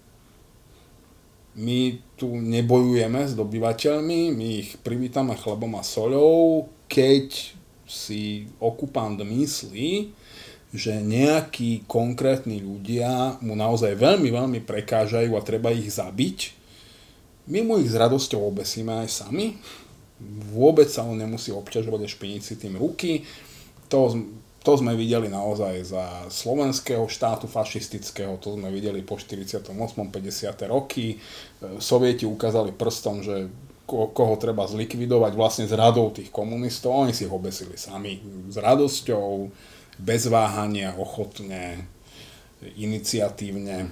My tu nebojujeme s dobyvateľmi, my ich privítame chlebom a soľou, keď si okupant myslí, že nejakí konkrétni ľudia mu naozaj veľmi, veľmi prekážajú a treba ich zabiť. My mu ich s radosťou obesíme aj sami. Vôbec sa on nemusí obťažovať a špiniť si tým ruky. To, to sme videli naozaj za slovenského štátu fašistického, to sme videli po štyridsiatom ôsmom päťdesiate roky. Sovieti ukázali prstom, že koho treba zlikvidovať vlastne z radou tých komunistov. Oni si ich obesili sami s radosťou, bez váhania, ochotne, iniciatívne.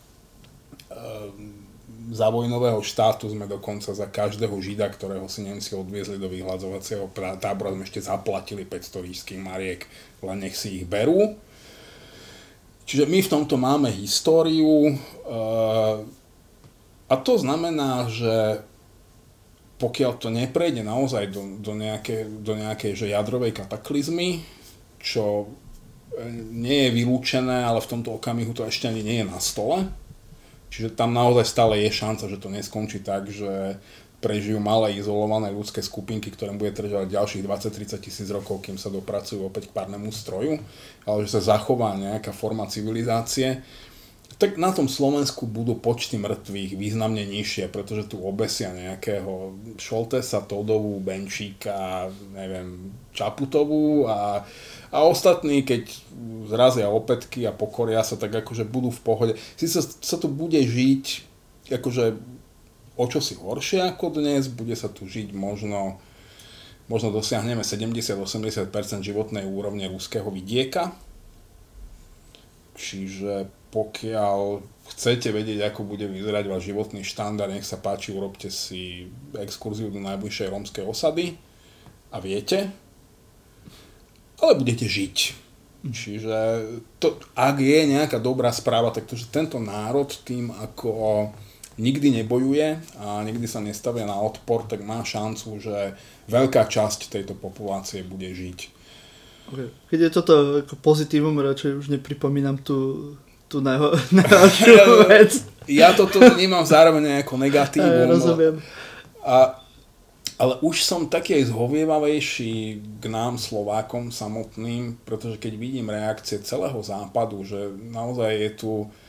Za vojnového štátu sme dokonca za každého Žida, ktorého si Nemci odviezli do vyhľadzovacieho tábora, sme ešte zaplatili päťsto ríšskych mariek, len nech si ich berú. Čiže my v tomto máme históriu a A to znamená, že pokiaľ to neprejde naozaj do, do, nejaké, do nejakej že jadrovej kataklizmy, čo nie je vylúčené, ale v tomto okamihu to ešte ani nie je na stole. Čiže tam naozaj stále je šanca, že to neskončí tak, že prežijú malé izolované ľudské skupinky, ktoré bude trvať ďalších dvadsať tridsať tisíc rokov, kým sa dopracujú opäť k párnemu stroju, ale že sa zachová nejaká forma civilizácie. Tak na tom Slovensku budú počty mŕtvych významne nižšie, pretože tu obesia nejakého Šoltesa, Todovú, Benčíka, neviem, Čaputovú a, a ostatní, keď zrazia opätky a pokoria sa, tak akože budú v pohode. Sice sa tu bude žiť akože o čosi horšie ako dnes, bude sa tu žiť možno, možno dosiahneme sedemdesiat až osemdesiat percent životnej úrovne ruského vidieka. Čiže pokiaľ chcete vedieť, ako bude vyzerať váš životný štandard, nech sa páči, urobte si exkurziu do najbližšej rómskej osady a viete, ale budete žiť. Čiže to, ak je nejaká dobrá správa, tak to, že tento národ tým, ako nikdy nebojuje a nikdy sa nestavia na odpor, tak má šancu, že veľká časť tejto populácie bude žiť. Okay. Keď je toto ako pozitívum, radšej už nepripomínam tú tú najho- najhoršiu vec. Ja toto vnímam zároveň ako negatívum. Rozumiem. A, ale už som taký aj zhovievavejší k nám Slovákom samotným, pretože keď vidím reakcie celého západu, že naozaj je tu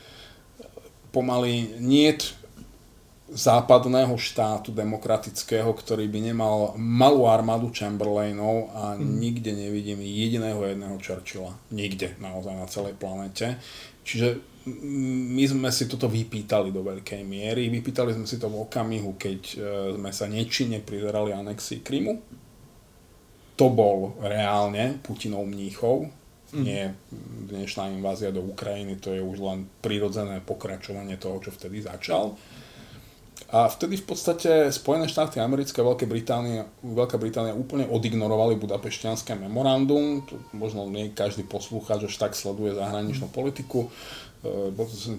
pomaly niet západného štátu demokratického, ktorý by nemal malú armádu Chamberlainov a mm. nikde nevidím jediného jedného Churchilla. Nikde, naozaj na celej planete. Čiže my sme si toto vypýtali do veľkej miery. Vypýtali sme si to v okamihu, keď sme sa nečinne prizerali anexii Krymu. To bol reálne Putinov Mníchov. Mm. Nie dnešná invázia do Ukrajiny, to je už len prirodzené pokračovanie toho, čo vtedy začal. A vtedy v podstate Spojené štáty americké a Veľká Británia, Veľká Británia úplne odignorovali Budapešťanské memorandum. To možno nie každý poslucháč až tak sleduje zahraničnú politiku. Bolo to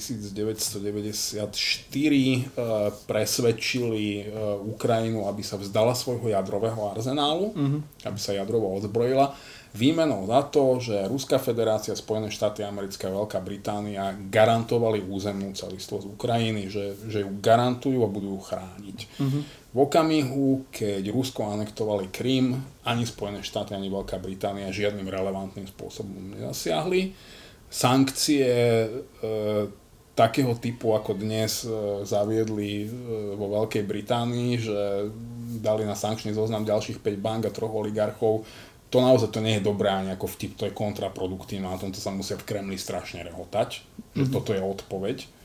devätnásťstodeväťdesiatštyri presvedčili Ukrajinu, aby sa vzdala svojho jadrového arzenálu, mm-hmm. aby sa jadrovo odzbrojila. Výmenou za to, že Ruská federácia, Spojené štáty americké a Veľká Británia garantovali územnú celistvosť Ukrajiny, že, že ju garantujú a budú ju chrániť. Mm-hmm. V okamihu, keď Rusko anektovali Krym, ani Spojené štáty, ani Veľká Británia žiadnym relevantným spôsobom nezasiahli. Sankcie e, takého typu, ako dnes e, zaviedli e, vo Veľkej Británii, že dali na sankčný zoznam ďalších päť bank a troch oligarchov, to naozaj to nie je dobré ani ako vtip, to je kontraproduktívne, na tomto sa musia v Kremli strašne rehotať, že mm-hmm. toto je odpoveď. E,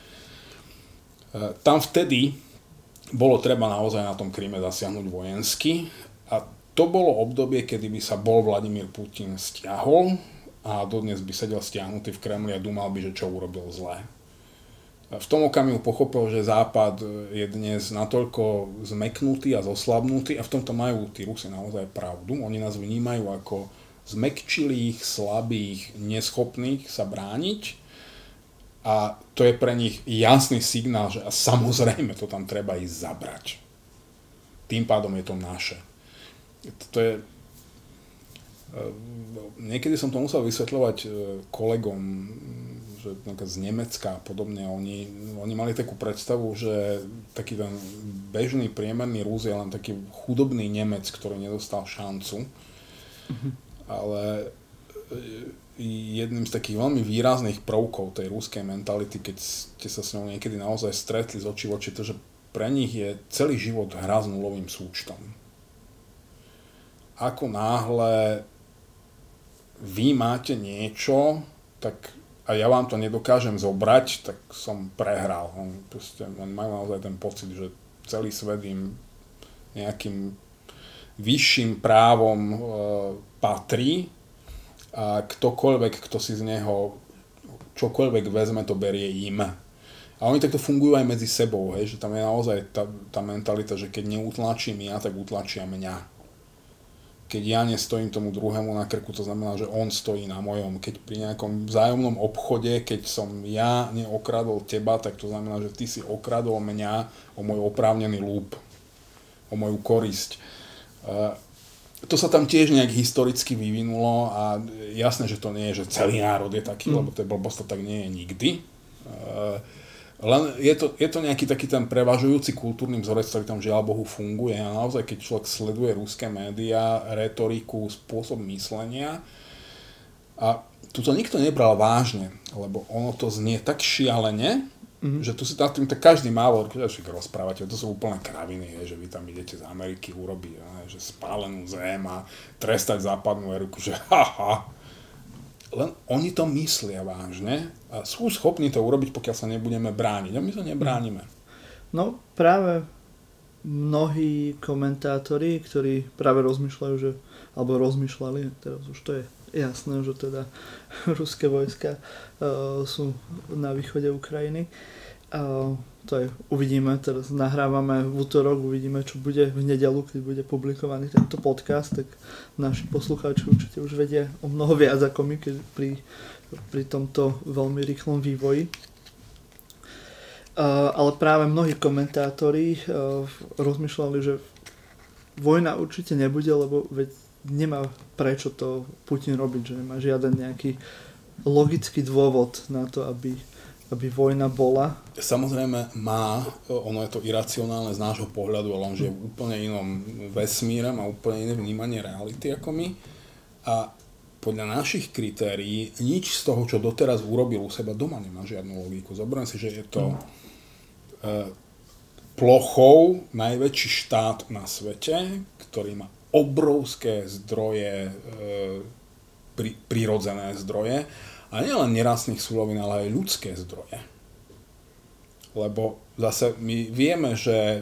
tam vtedy bolo treba naozaj na tom Kryme zasiahnuť vojensky a to bolo obdobie, kedy by sa bol Vladimír Putin stiahol a dodnes by sedel stiahnutý v Kremli a dúmal by, že čo urobil zlé. V tom okamihu pochopil, že Západ je dnes natoľko zmeknutý a zoslabnutý a v tomto majú tí Rusi naozaj pravdu. Oni nás vnímajú ako zmekčilých, slabých, neschopných sa brániť a to je pre nich jasný signál, že a samozrejme to tam treba ísť zabrať. Tým pádom je to naše. To je... Niekedy som to musel vysvetľovať kolegom, že z Nemecka a podobne, oni, oni mali takú predstavu, že taký ten bežný priemerný Rus je len taký chudobný Nemec, ktorý nedostal šancu. Mm-hmm. Ale jedným z takých veľmi výrazných prvkov tej ruskej mentality, keď ste sa s ňou niekedy naozaj stretli z očí v oči, to, že pre nich je celý život hra s nulovým súčtom. Ako náhle vy máte niečo, tak a ja vám to nedokážem zobrať, tak som prehral. Oni, proste, oni majú naozaj ten pocit, že celý svet im nejakým vyšším právom e, patrí a ktokoľvek, kto si z neho čokoľvek vezme, to berie im. A oni takto fungujú aj medzi sebou, hej, že tam je naozaj tá, tá mentalita, že keď neutlačím ja, tak utlačia mňa. keď ja nestojím tomu druhému na krku, to znamená, že on stojí na mojom. Keď pri nejakom vzájomnom obchode, keď som ja neokradol teba, tak to znamená, že ty si okradol mňa o môj oprávnený lúb, o moju korisť. To sa tam tiež nejak historicky vyvinulo a jasné, že to nie je, že celý národ je taký, mm. lebo to je blbosť, to tak nie je nikdy. Len je to, je to nejaký taký ten prevažujúci kultúrny vzorec, ktorý tam žiaľ Bohu funguje a naozaj, keď človek sleduje ruské médiá, retoriku, spôsob myslenia a tu to nikto nebral vážne, lebo ono to znie tak šialene, mm-hmm. že tu si tam tým tak každý málo, že rozprávate, to sú úplne kraviny, je, že vy tam idete z Ameriky urobiť, ne, že spálenú zem a trestať západnú Ameriku, že haha. Len oni to myslia vážne a sú schopní to urobiť, pokiaľ sa nebudeme brániť. A my sa nebránime. No práve mnohí komentátori, ktorí práve rozmýšľajú, že, alebo rozmýšľali, teraz už to je jasné, že teda ruské vojska uh, sú na východe Ukrajiny. Uh, to je, uvidíme, teraz nahrávame v útorok, uvidíme, čo bude v nedeľu, keď bude publikovaný tento podcast, tak naši poslucháči určite už vedia o mnoho viac ako my, keď pri, pri tomto veľmi rýchlom vývoji. Uh, ale práve mnohí komentátori uh, rozmýšľali, že vojna určite nebude, lebo veď nemá prečo to Putin robiť, že nemá žiaden nejaký logický dôvod na to, aby aby vojna bola. Samozrejme má, ono je to iracionálne z nášho pohľadu, ale on žije v úplne inom vesmíre, má úplne iné vnímanie reality ako my a podľa našich kritérií nič z toho, čo doteraz urobil u seba doma, nemá žiadnu logiku. Zoberiem si, že je to mm. plochou najväčší štát na svete, ktorý má obrovské zdroje, pri, prirodzené zdroje, a nielen nerastných surovín, ale aj ľudské zdroje. Lebo zase my vieme, že e,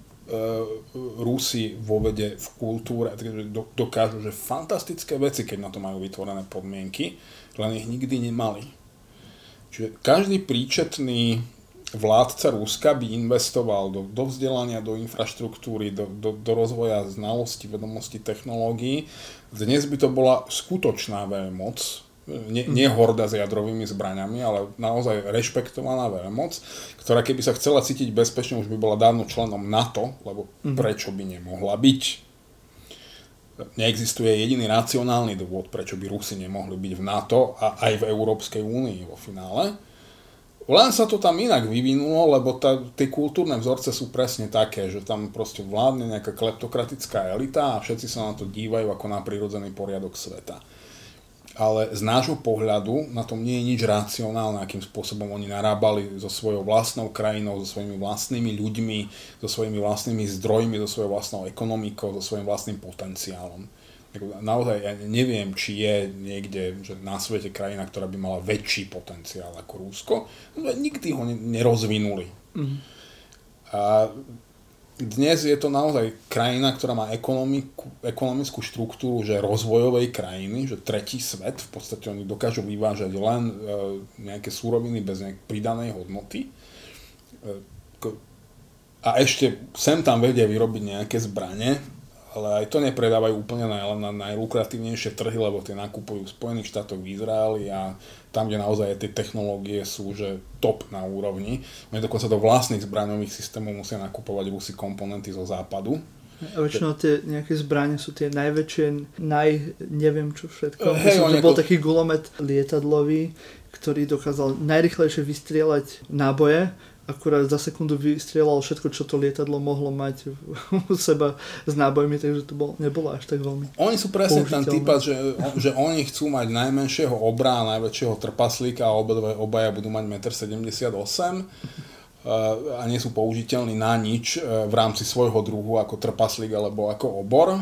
Rusi vo vede, v kultúre dokážu, že fantastické veci, keď na to majú vytvorené podmienky, len ich nikdy nemali. Čiže každý príčetný vládca Ruska by investoval do, do vzdelania, do infraštruktúry, do, do, do rozvoja znalostí, vedomostí, technológií. Dnes by to bola skutočná veľmoc, Nie, nie horda s jadrovými zbraňami, ale naozaj rešpektovaná veľmoc, ktorá keby sa chcela cítiť bezpečne, už by bola dávno členom NATO, lebo prečo by nemohla byť? Neexistuje jediný racionálny dôvod, prečo by Rusi nemohli byť v NATO a aj v Európskej únii vo finále. Len sa to tam inak vyvinulo, lebo tá, tie kultúrne vzorce sú presne také, že tam proste vládne nejaká kleptokratická elita a všetci sa na to dívajú ako na prirodzený poriadok sveta. Ale z nášho pohľadu na tom nie je nič racionálne, akým spôsobom oni narábali so svojou vlastnou krajinou, so svojimi vlastnými ľuďmi, so svojimi vlastnými zdrojmi, so svojou vlastnou ekonomikou, so svojím vlastným potenciálom. Naozaj ja neviem, či je niekde že na svete krajina, ktorá by mala väčší potenciál ako Rusko. Nikdy ho nerozvinuli. Mm. A dnes je to naozaj krajina, ktorá má ekonomiku, ekonomickú štruktúru, že rozvojovej krajiny, že tretí svet, v podstate oni dokážu vyvážať len e, nejaké súroviny bez nejakej pridanej hodnoty. E, a ešte sem tam vedia vyrobiť nejaké zbrane, ale aj to nepredávajú úplne na, na najlukratívnejšie trhy, lebo tie nakupujú v Spojených štátoch, v Izraeli a tam, kde naozaj tie technológie sú že top na úrovni. Oni dokonca do vlastných zbraňových systémov musia nakupovať Rusi komponenty zo západu. A väčšinou tie nejaké zbrane sú tie najväčšie, naj... neviem čo všetko. Hey, Myslím, že bol to... taký gulomet lietadlový, ktorý dokázal najrýchlejšie vystrieľať náboje, akurát za sekundu vystrieľal všetko, čo to lietadlo mohlo mať u seba s nábojmi, takže to bol, nebolo až tak veľmi Oni sú presne ten typa, že, že oni chcú mať najmenšieho obra a najväčšieho trpaslíka a obaja, obaja budú mať jeden sedemdesiatosem metra a nie sú použiteľní na nič v rámci svojho druhu ako trpaslík alebo ako obor.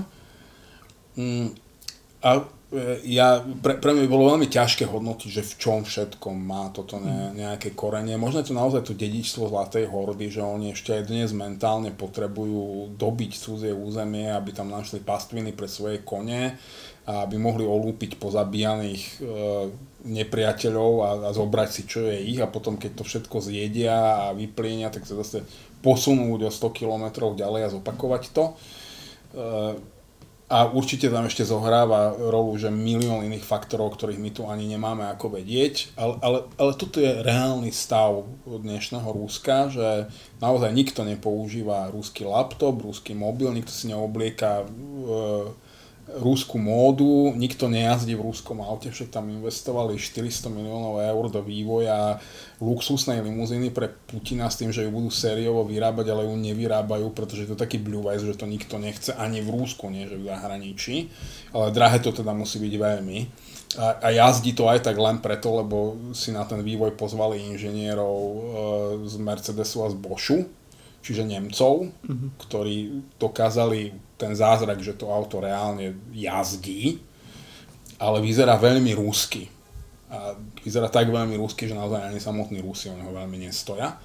A ja, pre, pre mňa by bolo veľmi ťažké hodnotiť, že v čom všetkom má toto ne, nejaké korenie. Možno je to naozaj to dedičstvo Zlatej hordy, že oni ešte aj dnes mentálne potrebujú dobiť cudzie územie, aby tam našli pastviny pre svoje kone a aby mohli olúpiť pozabíjaných e, nepriateľov a, a zobrať si, čo je ich a potom, keď to všetko zjedia a vyplienia, tak sa zase posunúť o sto kilometrov ďalej a zopakovať to. E, A určite tam ešte zohráva rolu, že milión iných faktorov, ktorých my tu ani nemáme ako vedieť, ale, ale, ale toto je reálny stav dnešného Ruska, že naozaj nikto nepoužíva ruský laptop, ruský mobil, nikto si neoblieka e, ruskú módu, nikto nejazdí v ruskom aute, však tam investovali štyristo miliónov eur do vývoja luxusnej limuzíny pre Putina s tým, že ju budú sériovo vyrábať, ale ju nevyrábajú, pretože to je taký bľúvajs, že to nikto nechce ani v Rusku, nie že v zahraničí, ale drahé to teda musí byť veľmi. A, a jazdí to aj tak len preto, lebo si na ten vývoj pozvali inžinierov e, z Mercedesu a z Boschu, čiže Nemcov, mm-hmm. ktorí dokázali ten zázrak, že to auto reálne jazdí, ale vyzerá veľmi rusky. A vyzerá tak veľmi rusky, že naozaj ani samotní Rusi o neho veľmi nestoja.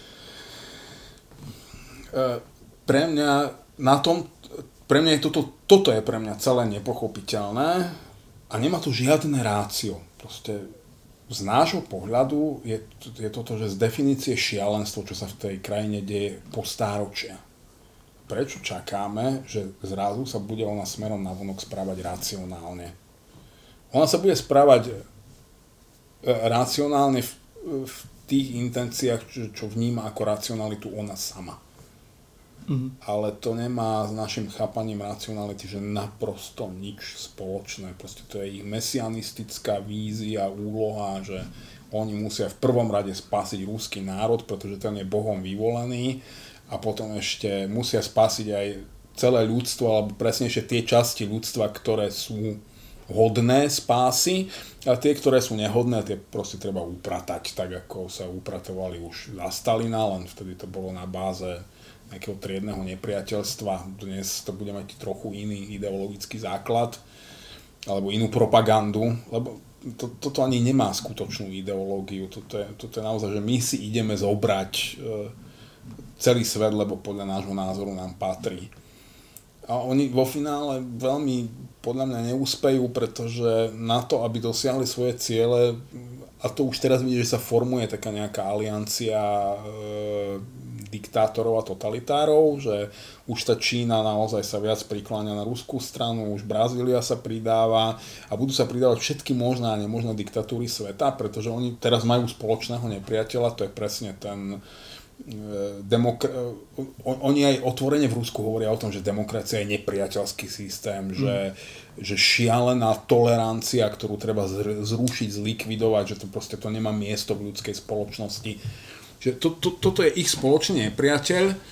E, pre mňa na tom, pre mňa je toto, toto je pre mňa celé nepochopiteľné a nemá tu žiadne rácio. Proste z nášho pohľadu je, je toto, že z definície šialenstvo, čo sa v tej krajine deje po stáročia. Prečo čakáme, že zrazu sa bude ona smerom navonok správať racionálne? Ona sa bude správať racionálne v, v tých intenciách, čo, čo vníma ako racionalitu ona sama. Mm. Ale to nemá s našim chápaním racionality, že naprosto nič spoločné. Proste to je ich mesianistická vízia, úloha, že oni musia v prvom rade spasiť ruský národ, pretože ten je Bohom vyvolený a potom ešte musia spasiť aj celé ľudstvo, alebo presnejšie tie časti ľudstva, ktoré sú hodné spásy a tie, ktoré sú nehodné, tie proste treba upratať, tak ako sa upratovali už za Stalina, len vtedy to bolo na báze nejakého triedneho nepriateľstva. Dnes to bude mať trochu iný ideologický základ alebo inú propagandu, lebo to, toto ani nemá skutočnú ideológiu. Toto je, toto je naozaj, že my si ideme zobrať e, celý svet, lebo podľa nášho názoru nám patrí. A oni vo finále veľmi podľa mňa neúspejú, pretože na to, aby dosiahli svoje ciele, a to už teraz vidíš, že sa formuje taká nejaká aliancia e, diktátorov a totalitárov, že už tá Čína naozaj sa viac prikláňa na ruskú stranu, už Brazília sa pridáva a budú sa pridávať všetky možné a nemožné diktatúry sveta, pretože oni teraz majú spoločného nepriateľa, to je presne ten Demok- oni aj otvorene v Rusku hovoria o tom, že demokracia je nepriateľský systém, mm. že, že šialená tolerancia, ktorú treba zrušiť, zlikvidovať, že to proste to nemá miesto v ľudskej spoločnosti. Že to, to, toto je ich spoločný nepriateľ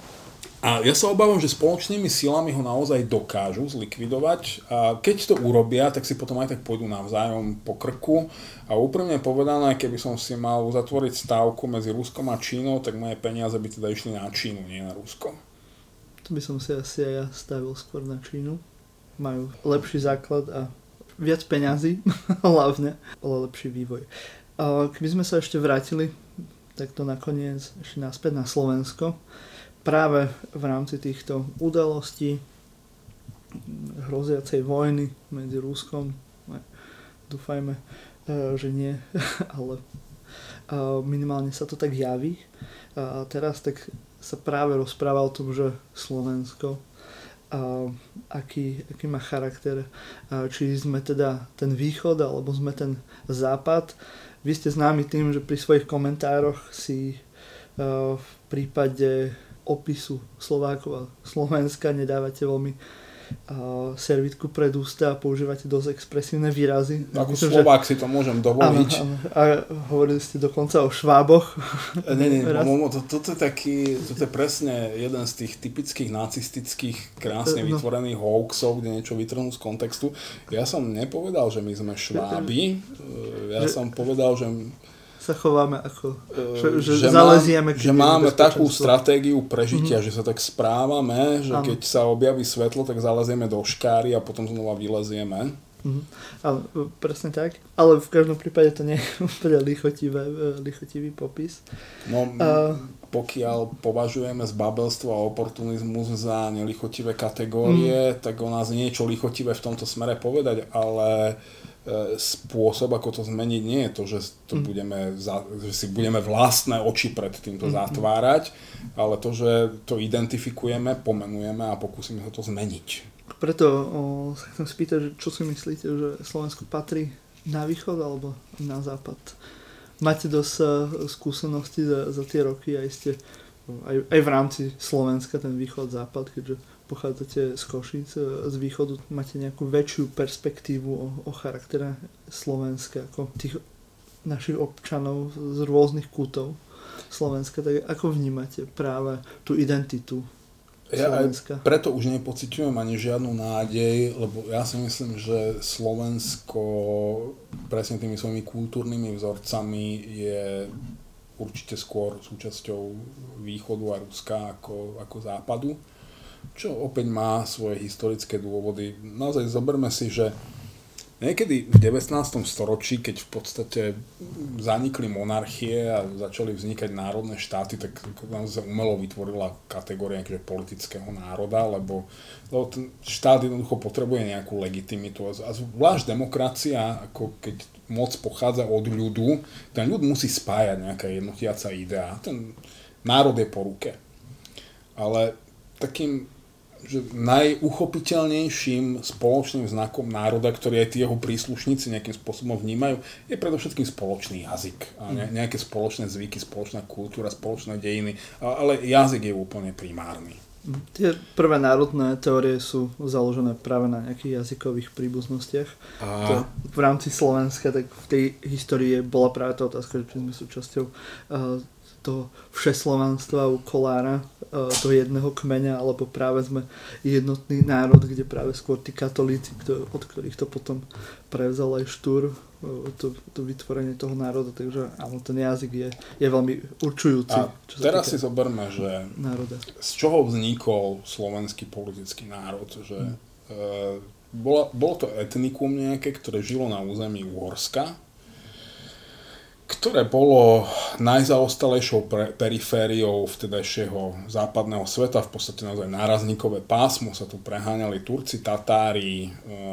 a ja sa obávam, že spoločnými silami ho naozaj dokážu zlikvidovať a keď to urobia, tak si potom aj tak pôjdu navzájom po krku a úprimne povedané, keby som si mal uzatvoriť stávku medzi Ruskom a Čínou, tak moje peniaze by teda išli na Čínu, nie na Rusko. To by som si asi aj ja stavil skôr na Čínu. Majú lepší základ a viac peňazí, hlavne, ale lepší vývoj. A keby sme sa ešte vrátili tak to nakoniec ešte naspäť na Slovensko. Práve v rámci týchto udalostí hroziacej vojny medzi Ruskom, dúfajme, že nie, ale minimálne sa to tak javí. A teraz tak sa práve rozpráva o tom, že Slovensko, aký, aký má charakter, či sme teda ten východ, alebo sme ten západ. Vy ste známi tým, že pri svojich komentároch si v prípade opisu Slovákov a Slovenska nedávate veľmi uh, servitku pred ústa a používate dosť expresívne výrazy. Ako Myslím, Slovák že... si to môžem dovoliť. Áno, áno. A hovorili ste dokonca o šváboch. Nie, nie, momo, to, toto je taký, toto je presne jeden z tých typických nacistických krásne no. vytvorených hoaxov, kde niečo vytrhnú z kontextu. Ja som nepovedal, že my sme švábi. Ja že... som povedal, že sa chováme ako, že, že, že zalezieme. Že máme takú stratégiu prežitia, mm-hmm. že sa tak správame, že ano. Keď sa objaví svetlo, tak zalezieme do škáry a potom znova vylezieme. Mm-hmm. Ale, presne tak. Ale v každom prípade to nie je úplne lichotivé, lichotivý popis. No, uh, pokiaľ považujeme zbabelstvo a oportunizmus za nelichotivé kategórie, mm. tak o nás niečo lichotivé v tomto smere povedať, ale spôsob, ako to zmeniť, nie je to, že, to mm. budeme za, že si budeme vlastné oči pred týmto mm. zatvárať, ale to, že to identifikujeme, pomenujeme a pokúsime sa to zmeniť. Preto o, sa chcem spýtať, že čo si myslíte, že Slovensko patrí na východ alebo na západ? Máte dosť uh, skúseností za, za tie roky a ste aj, aj v rámci Slovenska ten východ-západ, keďže pochádzate z Košíc, z východu, máte nejakú väčšiu perspektívu o, o charaktere Slovenska ako tých našich občanov z rôznych kútov Slovenska. Tak ako vnímate práve tú identitu Slovenska? Ja preto už nepociťujem ani žiadnu nádej, lebo ja si myslím, že Slovensko presne tými svojimi kultúrnymi vzorcami je určite skôr súčasťou východu a Ruska ako, ako západu, čo opäť má svoje historické dôvody. Naozaj zoberme si, že niekedy v devätnástom storočí, keď v podstate zanikli monarchie a začali vznikať národné štáty, tak sa umelo vytvorila kategória politického národa, lebo, lebo ten štát jednoducho potrebuje nejakú legitimitu. A zvlášť demokracia, ako keď moc pochádza od ľudu, ten ľud musí spájať nejaká jednotiaca idea. Ten národ je po ruke. Ale takým že najuchopiteľnejším spoločným znakom národa, ktorý aj tí jeho príslušníci nejakým spôsobom vnímajú, je predovšetkým spoločný jazyk. A nejaké spoločné zvyky, spoločná kultúra, spoločné dejiny, ale jazyk je úplne primárny. Tie prvé národné teórie sú založené práve na nejakých jazykových príbuznostiach. A... To v rámci Slovenska, tak v tej histórii bola práve tá otázka, že sme súčasťou uh, toho všeslovanstva u Kolára, toho jedného kmeňa, alebo práve sme jednotný národ, kde práve skôr tí katolíci, od ktorých to potom prevzal aj Štúr, to, to vytvorenie toho národa, takže áno, ten jazyk je, je veľmi určujúci. A teraz si zoberme, že národa. Z čoho vznikol slovenský politický národ, že hmm. e, bola, bolo to etnikum nejaké, ktoré žilo na území Uhorska, ktoré bolo najzaostalejšou pre, perifériou vtedajšieho západného sveta, v podstate naozaj nárazníkové pásmo, sa tu preháňali Turci, Tatári e,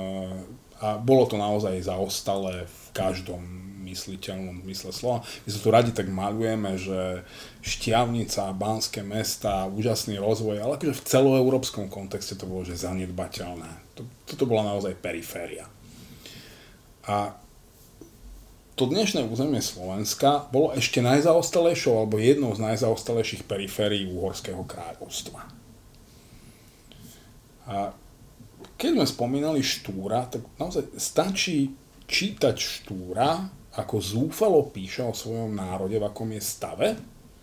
a bolo to naozaj zaostalé v každom mysliteľnom mysle slova. My sa tu radi tak malujeme, že Štiavnica, Banské mesta, úžasný rozvoj, ale akože v celoeurópskom kontexte to bolo že zanedbateľné. Toto bola naozaj periféria. A to dnešné územie Slovenska bolo ešte najzaostalejšou alebo jednou z najzaostalejších periférií Uhorského kráľovstva. A keď sme spomínali Štúra, tak naozaj stačí čítať Štúra, ako zúfalo píše o svojom národe, v akom je stave.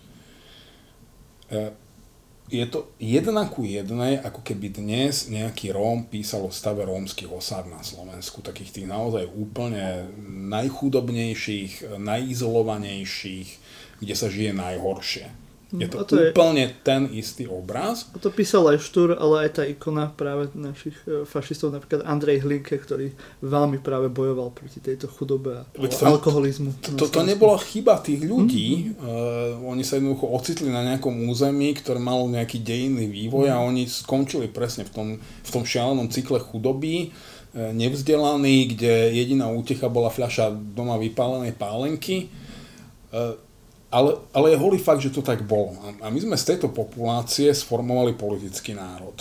Je to jedna ku jednej, ako keby dnes nejaký Róm písal o stave rómskych osád na Slovensku, takých tých naozaj úplne najchudobnejších, najizolovanejších, kde sa žije najhoršie. Je to, to úplne je, ten istý obraz. A to písal aj Štúr, ale aj tá ikona práve našich fašistov, napríklad Andrej Hlinke, ktorý veľmi práve bojoval proti tejto chudobe a to, alkoholizmu. To, to, to nebola chyba tých ľudí. Mm-hmm. Uh, oni sa jednoducho ocitli na nejakom území, ktoré malo nejaký dejinný vývoj mm-hmm. a oni skončili presne v tom, v tom šialenom cykle chudoby, uh, nevzdelaní, kde jediná útecha bola fľaša doma vypálenej pálenky. Uh, Ale, ale je holý fakt, že to tak bolo. A my sme z tejto populácie sformovali politický národ.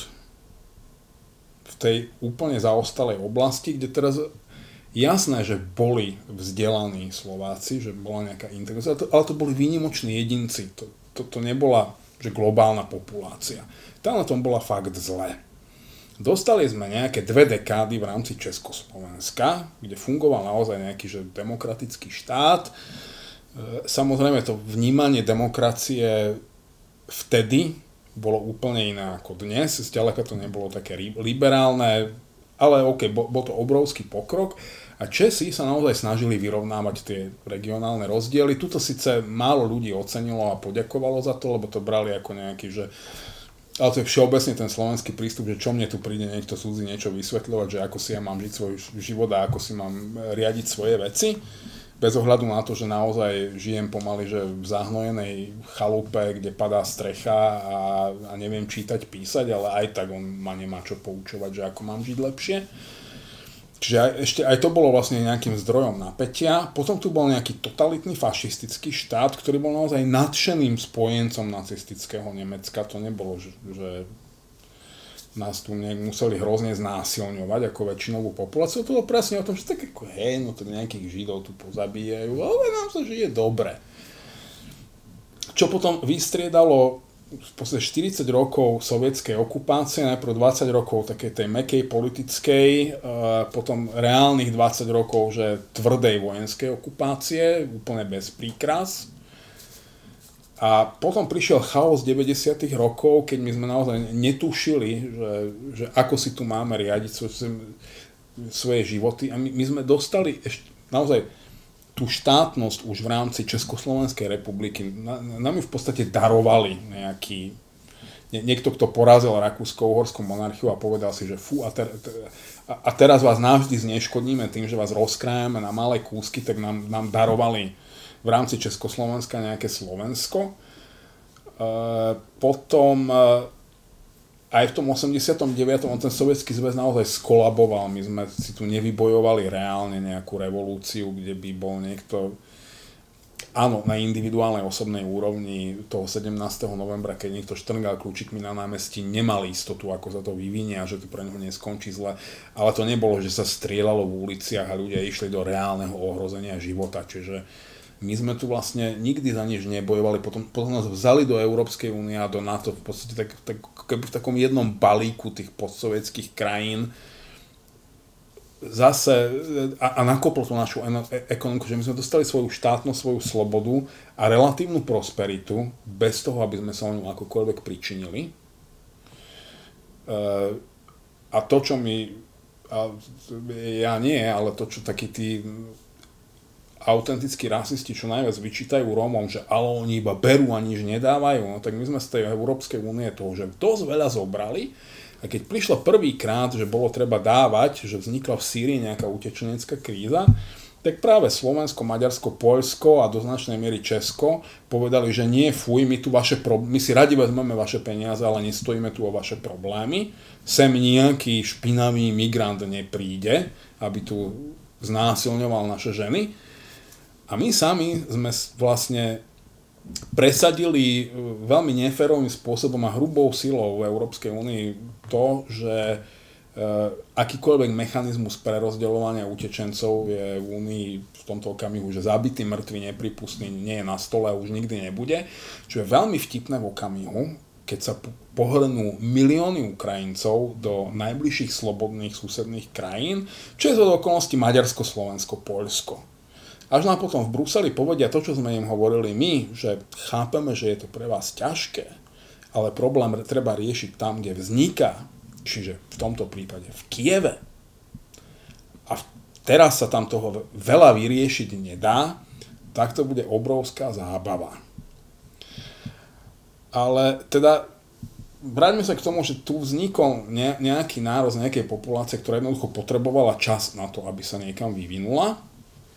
V tej úplne zaostalej oblasti, kde teraz jasné, že boli vzdelaní Slováci, že bola nejaká integrácia, ale to boli výnimoční jedinci. To, to, to nebola že globálna populácia. Tam na tom bola fakt zle. Dostali sme nejaké dve dekády v rámci Československa, kde fungoval naozaj nejaký že demokratický štát. Samozrejme to vnímanie demokracie vtedy bolo úplne iné ako dnes, zďaleka to nebolo také liberálne, ale ok, bol, bol to obrovský pokrok a Česi sa naozaj snažili vyrovnávať tie regionálne rozdiely. Tuto síce málo ľudí ocenilo a poďakovalo za to, lebo to brali ako nejaký, že ale to je všeobecne ten slovenský prístup, že čo mne tu príde niekto cudzí niečo vysvetľovať, že ako si ja mám žiť svoj život a ako si mám riadiť svoje veci. Bez ohľadu na to, že naozaj žijem pomaly že v zahnojenej chalupe, kde padá strecha a, a neviem čítať, písať, ale aj tak on ma nemá čo poučovať, že ako mám žiť lepšie. Čiže aj, ešte aj to bolo vlastne nejakým zdrojom napätia. Potom tu bol nejaký totalitný fašistický štát, ktorý bol naozaj nadšeným spojencom nacistického Nemecka. To nebolo, že, že nás tu museli hrozne znásilňovať ako väčšinovú populáciu. To bolo presne o tom, že tak ako hej, no tak nejakých Židov tu pozabíjajú, ale nám sa žije dobre. Čo potom vystriedalo v podstate štyridsať rokov sovietskej okupácie, najprv dvadsať rokov takej tej mäkkej politickej, potom reálnych dvadsať rokov, že tvrdej vojenskej okupácie, úplne bez príkras. A potom prišiel chaos deväťdesiatych rokov, keď my sme naozaj netušili, že, že ako si tu máme riadiť svoje, svoje životy. A my, my sme dostali ešte naozaj tú štátnosť už v rámci Československej republiky. Nám ju v podstate darovali nejaký, nie, niekto, kto porazil Rakúsko-Uhorskú monarchiu a povedal si, že fú, a, ter, a teraz vás navždy zneškodníme tým, že vás rozkrájame na malé kúsky, tak nám, nám darovali v rámci Československa nejaké Slovensko. E, potom e, aj v tom osemdesiatom deviatom ten Sovietsky zväz naozaj skolaboval. My sme si tu nevybojovali reálne nejakú revolúciu, kde by bol niekto, áno, na individuálnej osobnej úrovni toho sedemnásteho novembra, keď niekto štrngal kľúčikmi na námestí, nemal istotu, ako sa to vyvinie a že to pre neho neskončí zle. Ale to nebolo, že sa strieľalo v uliciach a ľudia išli do reálneho ohrozenia života. Čiže my sme tu vlastne nikdy za nič nebojovali, potom, potom nás vzali do Európskej únie a do NATO v podstate tak, tak, keby v takom jednom balíku tých postsovietských krajín zase a, a nakoplo tú našu ekonomiku, že my sme dostali svoju štátnosť, svoju slobodu a relatívnu prosperitu bez toho, aby sme sa o ňu akokoľvek pričinili. E, a to, čo mi a ja nie, ale to, čo takí tí autentickí rasisti čo najviac vyčítajú Rómom, že ale oni iba berú a nič nedávajú, no tak my sme z tej Európskej únie toho, že dosť veľa zobrali a keď prišlo prvýkrát, že bolo treba dávať, že vznikla v Sýrii nejaká utečenecká kríza, tak práve Slovensko, Maďarsko, Poľsko a do značnej miery Česko povedali, že nie, fuj, my tu vaše pro... my si radi vezmeme vaše peniaze, ale nestojíme tu o vaše problémy. Sem nejaký špinavý migrant nepríde, aby tu znásilňoval naše ženy. A my sami sme vlastne presadili veľmi neférovým spôsobom a hrubou silou v Európskej únii to, že akýkoľvek mechanizmus prerozdeľovania utečencov je v únii v tomto okamihu, že zabitý, mŕtvy, nepripustný, nie je na stole a už nikdy nebude. Čo je veľmi vtipné v okamihu, keď sa pohrnú milióny Ukrajincov do najbližších slobodných susedných krajín, čo je z okolností Maďarsko, Slovensko, Poľsko. Až nám potom v Bruseli povedia to, čo sme im hovorili my, že chápeme, že je to pre vás ťažké, ale problém treba riešiť tam, kde vzniká, čiže v tomto prípade v Kieve. A teraz sa tam toho veľa vyriešiť nedá, tak to bude obrovská zábava. Ale teda vráťme sa k tomu, že tu vznikol nejaký národ z nejakej populácie, ktorá jednoducho potrebovala čas na to, aby sa niekam vyvinula.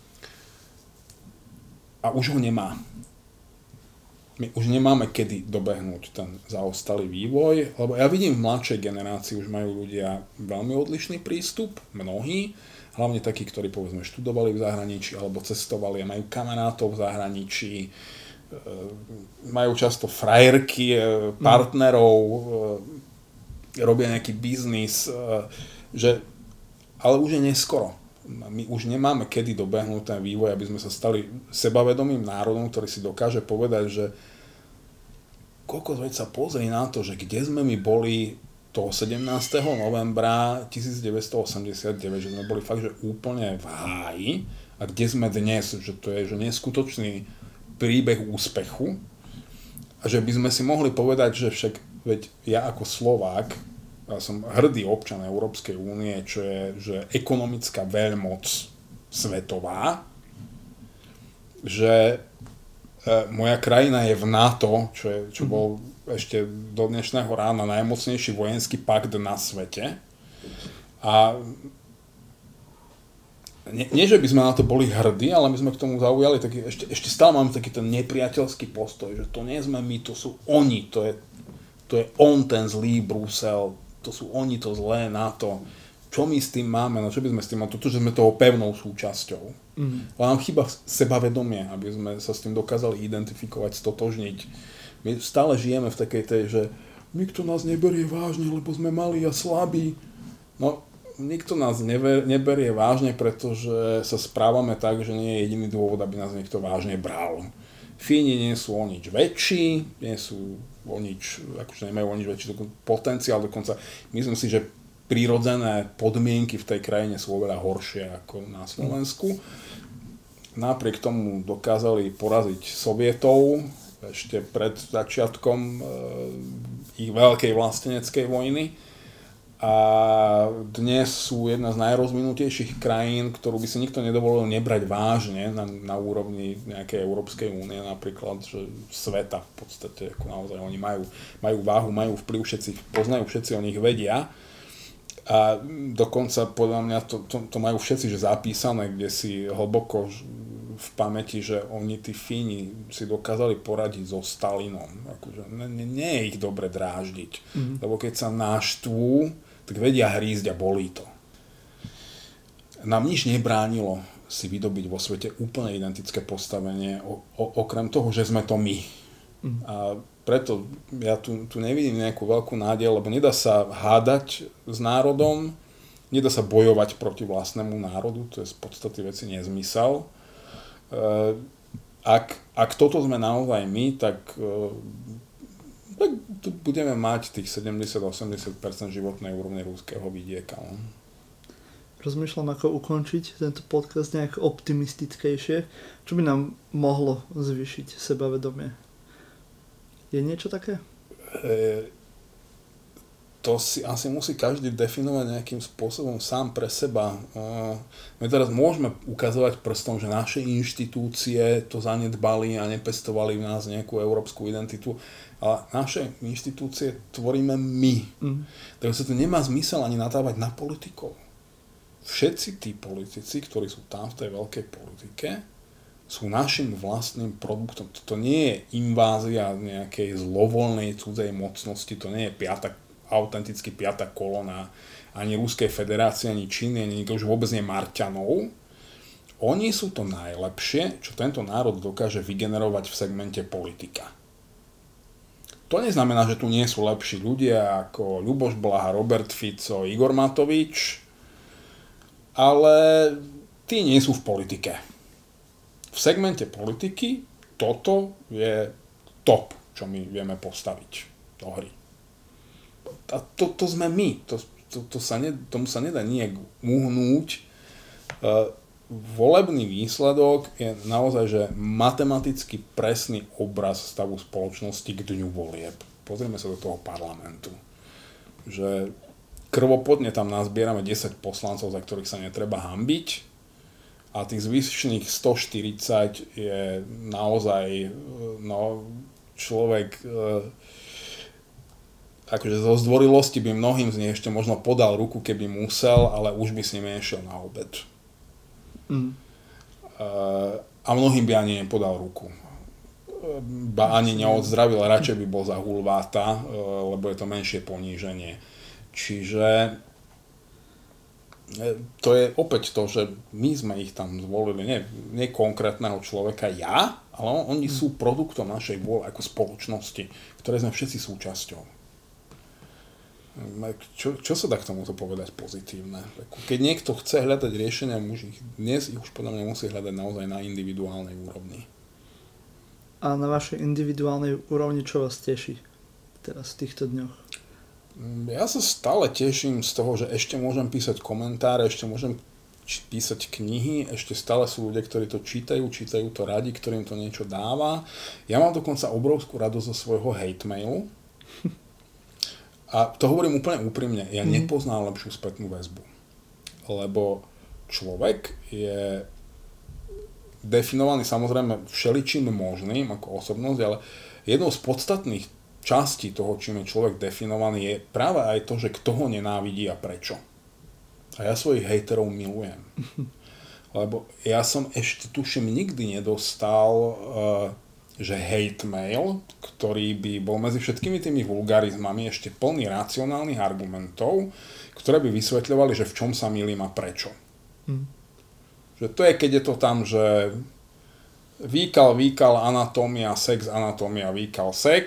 A už ho nemá. My už nemáme kedy dobehnúť ten zaostalý vývoj, lebo ja vidím v mladšej generácii už majú ľudia veľmi odlišný prístup, mnohí, hlavne takí, ktorí povedzme študovali v zahraničí alebo cestovali a majú kamarátov v zahraničí, majú často frajerky, partnerov, robia nejaký biznis, že, ale už je neskoro. My už nemáme kedy dobehnúť ten vývoj, aby sme sa stali sebavedomým národom, ktorý si dokáže povedať, že koľko veď sa pozri na to, že kde sme my boli toho sedemnásteho novembra devätnásťstoosemdesiatdeväť, že sme boli fakt, že úplne v háji a kde sme dnes, že to je že neskutočný príbeh úspechu a že by sme si mohli povedať, že však veď ja ako Slovák, ja som hrdý občan Európskej únie, čo je že ekonomická veľmoc svetová, že e, moja krajina je v NATO, čo, je, čo bol ešte do dnešného rána najmocnejší vojenský pakt na svete. A nie, nie, že by sme na to boli hrdí, ale my sme k tomu zaujali taký, ešte, ešte stále máme taký ten nepriateľský postoj, že to nie sme my, to sú oni, to je, to je on ten zlý Brusel, to sú oni to zlé NATO. Čo my s tým máme? No čo by sme s tým mali? Toto, že sme toho pevnou súčasťou. Mm. Ale nám chýba sebavedomie, aby sme sa s tým dokázali identifikovať, stotožniť. My stále žijeme v takej tej, že nikto nás neberie vážne, lebo sme malí a slabí. No, nikto nás never, neberie vážne, pretože sa správame tak, že nie je jediný dôvod, aby nás niekto vážne bral. Fíni nie sú o nič väčší, nie sú o nič, akože nemajú o nič väčší potenciál, dokonca myslím si, že prírodzené podmienky v tej krajine sú oveľa horšie ako na Slovensku. Napriek tomu dokázali poraziť Sovietov ešte pred začiatkom e, ich veľkej vlasteneckej vojny. A dnes sú jedna z najrozvinutejších krajín, ktorú by si nikto nedovolil nebrať vážne na, na úrovni nejakej Európskej únie, napríklad, že sveta v podstate, ako naozaj oni majú, majú váhu, majú vplyv, všetci poznajú, všetci o nich vedia. A dokonca podľa mňa to, to, to majú všetci že zapísané, kde si hlboko v pamäti, že oni tí Fíni si dokázali poradiť so Stalinom. Akože nie, nie je ich dobre dráždiť, mm-hmm. lebo keď sa naštvú, tak vedia hrízť a bolí to. Nám nič nebránilo si vydobiť vo svete úplne identické postavenie, o, o, okrem toho, že sme to my. Mm. A preto ja tu, tu nevidím nejakú veľkú nádej, lebo nedá sa hádať s národom, nedá sa bojovať proti vlastnému národu, to je z podstaty veci nezmysel. Ak, ak toto sme naozaj my, tak tak tu budeme mať tých sedemdesiat až osemdesiat percent životnej úrovne ruského vidieka. No. Rozmýšľam, ako ukončiť tento podcast nejak optimistickejšie. Čo by nám mohlo zvýšiť sebavedomie? Je niečo také? E, to si asi musí každý definovať nejakým spôsobom sám pre seba. E, my teraz môžeme ukazovať prstom, že naše inštitúcie to zanedbali a nepestovali v nás nejakú európsku identitu. Ale naše inštitúcie tvoríme my. Mm. Takže sa to nemá zmysel ani nadávať na politikov. Všetci tí politici, ktorí sú tam v tej veľkej politike, sú našim vlastným produktom. To nie je invázia nejakej zlovoľnej cudzej mocnosti, to nie je piata, autenticky piata kolona ani Ruskej federácie, ani Číny, ani už vôbec nie Marťanov. Oni sú to najlepšie, čo tento národ dokáže vygenerovať v segmente politika. To neznamená, že tu nie sú lepší ľudia ako Ľuboš Blaha, Robert Fico, Igor Matovič, ale tí nie sú v politike. V segmente politiky toto je top, čo my vieme postaviť do hry. A to, to sme my. To, to, to sa ne, tomu sa nedá nijak uhnúť. Uh, volebný výsledok je naozaj že matematicky presný obraz stavu spoločnosti k dňu volieb. Pozrieme sa do toho parlamentu. Že krvopodne tam nazbierame desať poslancov, za ktorých sa netreba hanbiť, a tých zvyšných stoštyridsať je naozaj no, človek akože zo zdvorilosti by mnohým z nich ešte možno podal ruku, keby musel, ale už by s nimi nešiel na obed. Mm. A mnohým by ani nepodal ruku. Ba ani neodzdravil, radšej by bol za hulváta, lebo je to menšie poníženie. Čiže to je opäť to, že my sme ich tam zvolili, nie, nie konkrétneho človeka ja, ale oni mm. sú produktom našej vôle ako spoločnosti, ktoré sme všetci súčasťou. Čo, čo sa dá k tomuto povedať pozitívne? Keď niekto chce hľadať riešenia, už ich, dnes ich už podľa mňa musí hľadať naozaj na individuálnej úrovni. A na vašej individuálnej úrovni čo vás teší teraz v týchto dňoch? Ja sa stále teším z toho, že ešte môžem písať komentáre, ešte môžem písať knihy, ešte stále sú ľudia, ktorí to čítajú, čítajú to radi, ktorým to niečo dáva. Ja mám dokonca obrovskú radosť zo svojho hate mailu. A to hovorím úplne úprimne, ja mm. nepoznám lepšiu spätnú väzbu. Lebo človek je definovaný samozrejme všeličím možným ako osobnosť, ale jednou z podstatných častí toho, čím je človek definovaný, je práve aj to, že kto ho nenávidí a prečo. A ja svojich hejterov milujem. Lebo ja som ešte tuším nikdy nedostal uh, že hate mail, ktorý by bol medzi všetkými tými vulgarizmami ešte plný racionálnych argumentov, ktoré by vysvetľovali, že v čom sa mýlim a prečo. Mm. Že to je, keď je to tam, že výkal, výkal, anatómia, sex, anatómia, výkal, sex,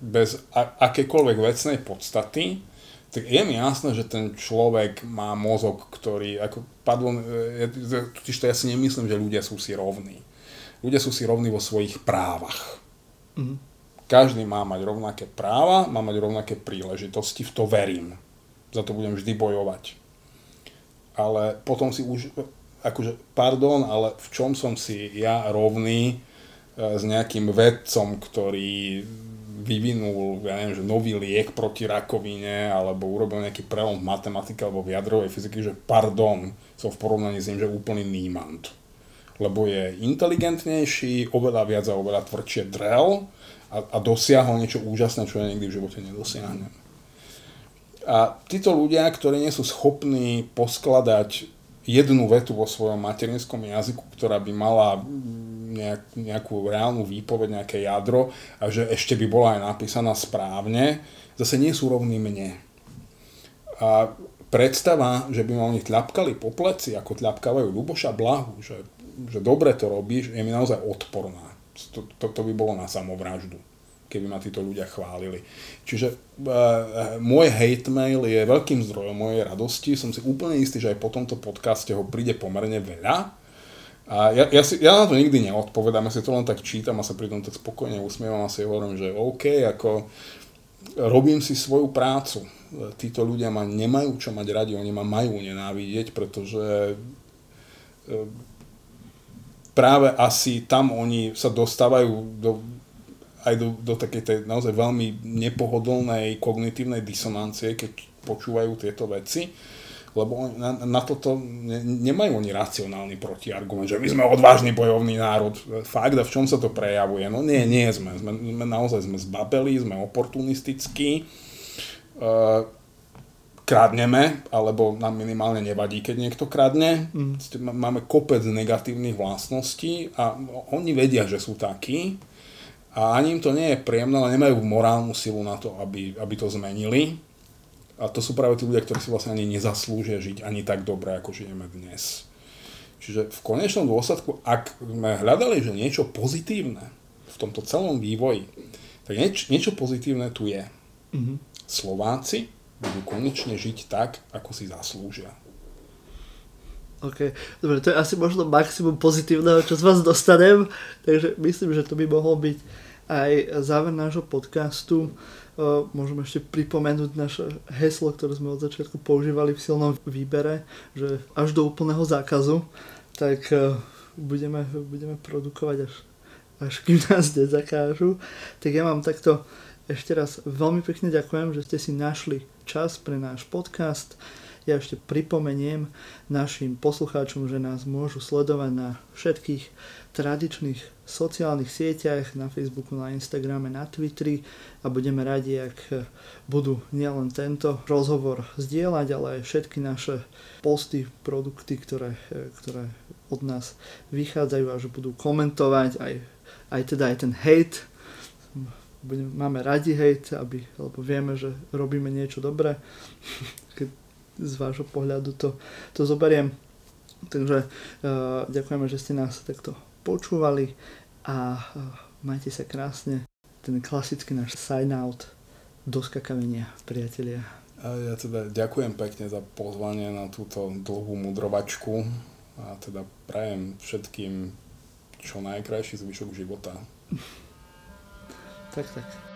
bez a- akékoľvek vecnej podstaty, tak je mi jasné, že ten človek má mozog, ktorý, ako padlo, ja, totiž to ja si nemyslím, že ľudia sú si rovní. Ľudia sú si rovní vo svojich právach. Mm. Každý má mať rovnaké práva, má mať rovnaké príležitosti, v to verím. Za to budem vždy bojovať. Ale potom si už, akože, pardon, ale v čom som si ja rovný s nejakým vedcom, ktorý vyvinul, ja neviem, že nový liek proti rakovine, alebo urobil nejaký prelom v matematike alebo v jadrovej fyziky, že pardon, som v porovnaní s ním, že úplný nímant. Lebo je inteligentnejší, oveľa viac a oveľa tvrdšie drel a, a dosiahol niečo úžasné, čo ja nikdy v živote nedosiahnem. A títo ľudia, ktorí nie sú schopní poskladať jednu vetu vo svojom materinskom jazyku, ktorá by mala nejak, nejakú reálnu výpoveď, nejaké jadro a že ešte by bola aj napísaná správne, zase nie sú rovní mne. A predstava, že by ma oni tľapkali po pleci, ako tľapkávajú Ľuboša Blahu, že, že dobre to robíš, je mi naozaj odporná. To, to, to by bolo na samovraždu, keby ma títo ľudia chválili. Čiže uh, môj hate mail je veľkým zdrojom mojej radosti. Som si úplne istý, že aj po tomto podcaste ho príde pomerne veľa. A ja, ja, si, ja na to nikdy neodpovedám, ja si to len tak čítam a sa pri tom tak spokojne usmievam a si hovorím, že OK, ako robím si svoju prácu. Títo ľudia ma nemajú čo mať radi, oni ma majú nenávidieť, pretože práve asi tam oni sa dostávajú do, aj do, do takej tej naozaj veľmi nepohodlnej kognitívnej disonancie, keď počúvajú tieto veci. Lebo na, na toto ne, nemajú oni racionálny protiargument, že my sme odvážny bojovný národ. Fakt, a v čom sa to prejavuje? No nie, nie sme. Sme, sme naozaj sme zbabeli, sme oportunistickí, uh, kradneme, alebo nám minimálne nevadí, keď niekto kradne. Mm. Máme kopec negatívnych vlastností a oni vedia, že sú takí a ani im to nie je príjemné, ale nemajú morálnu silu na to, aby, aby to zmenili. A to sú práve tí ľudia, ktorí si vlastne ani nezaslúžia žiť ani tak dobre, ako žijeme dnes. Čiže v konečnom dôsledku, ak sme hľadali, že niečo pozitívne v tomto celom vývoji, tak nieč, niečo pozitívne tu je. Mm-hmm. Slováci budú konečne žiť tak, ako si zaslúžia. OK, dobre, to je asi možno maximum pozitívneho, čo z vás dostanem, takže myslím, že to by mohol byť aj záver nášho podcastu. Uh, môžeme ešte pripomenúť naše heslo, ktoré sme od začiatku používali v silnom výbere, že až do úplného zákazu, tak uh, budeme, budeme produkovať až, až kým nás nezakážu. Tak ja vám takto ešte raz veľmi pekne ďakujem, že ste si našli čas pre náš podcast. Ja ešte pripomeniem našim poslucháčom, že nás môžu sledovať na všetkých tradičných sociálnych sieťach, na Facebooku, na Instagrame, na Twitteri a budeme radi, ak budú nielen tento rozhovor zdieľať, ale aj všetky naše posty, produkty, ktoré, ktoré od nás vychádzajú a že budú komentovať aj, aj teda aj ten hate. Budeme, máme radi hate, aby, lebo vieme, že robíme niečo dobré. Z vášho pohľadu to, to zoberiem. Takže uh, ďakujeme, že ste nás takto počúvali a uh, majte sa krásne. Ten klasický náš sign out do skakavenia, priatelia. A ja teda ďakujem pekne za pozvanie na túto dlhú mudrovačku a teda prajem všetkým čo najkrajší zvyšok života. Tak, tak.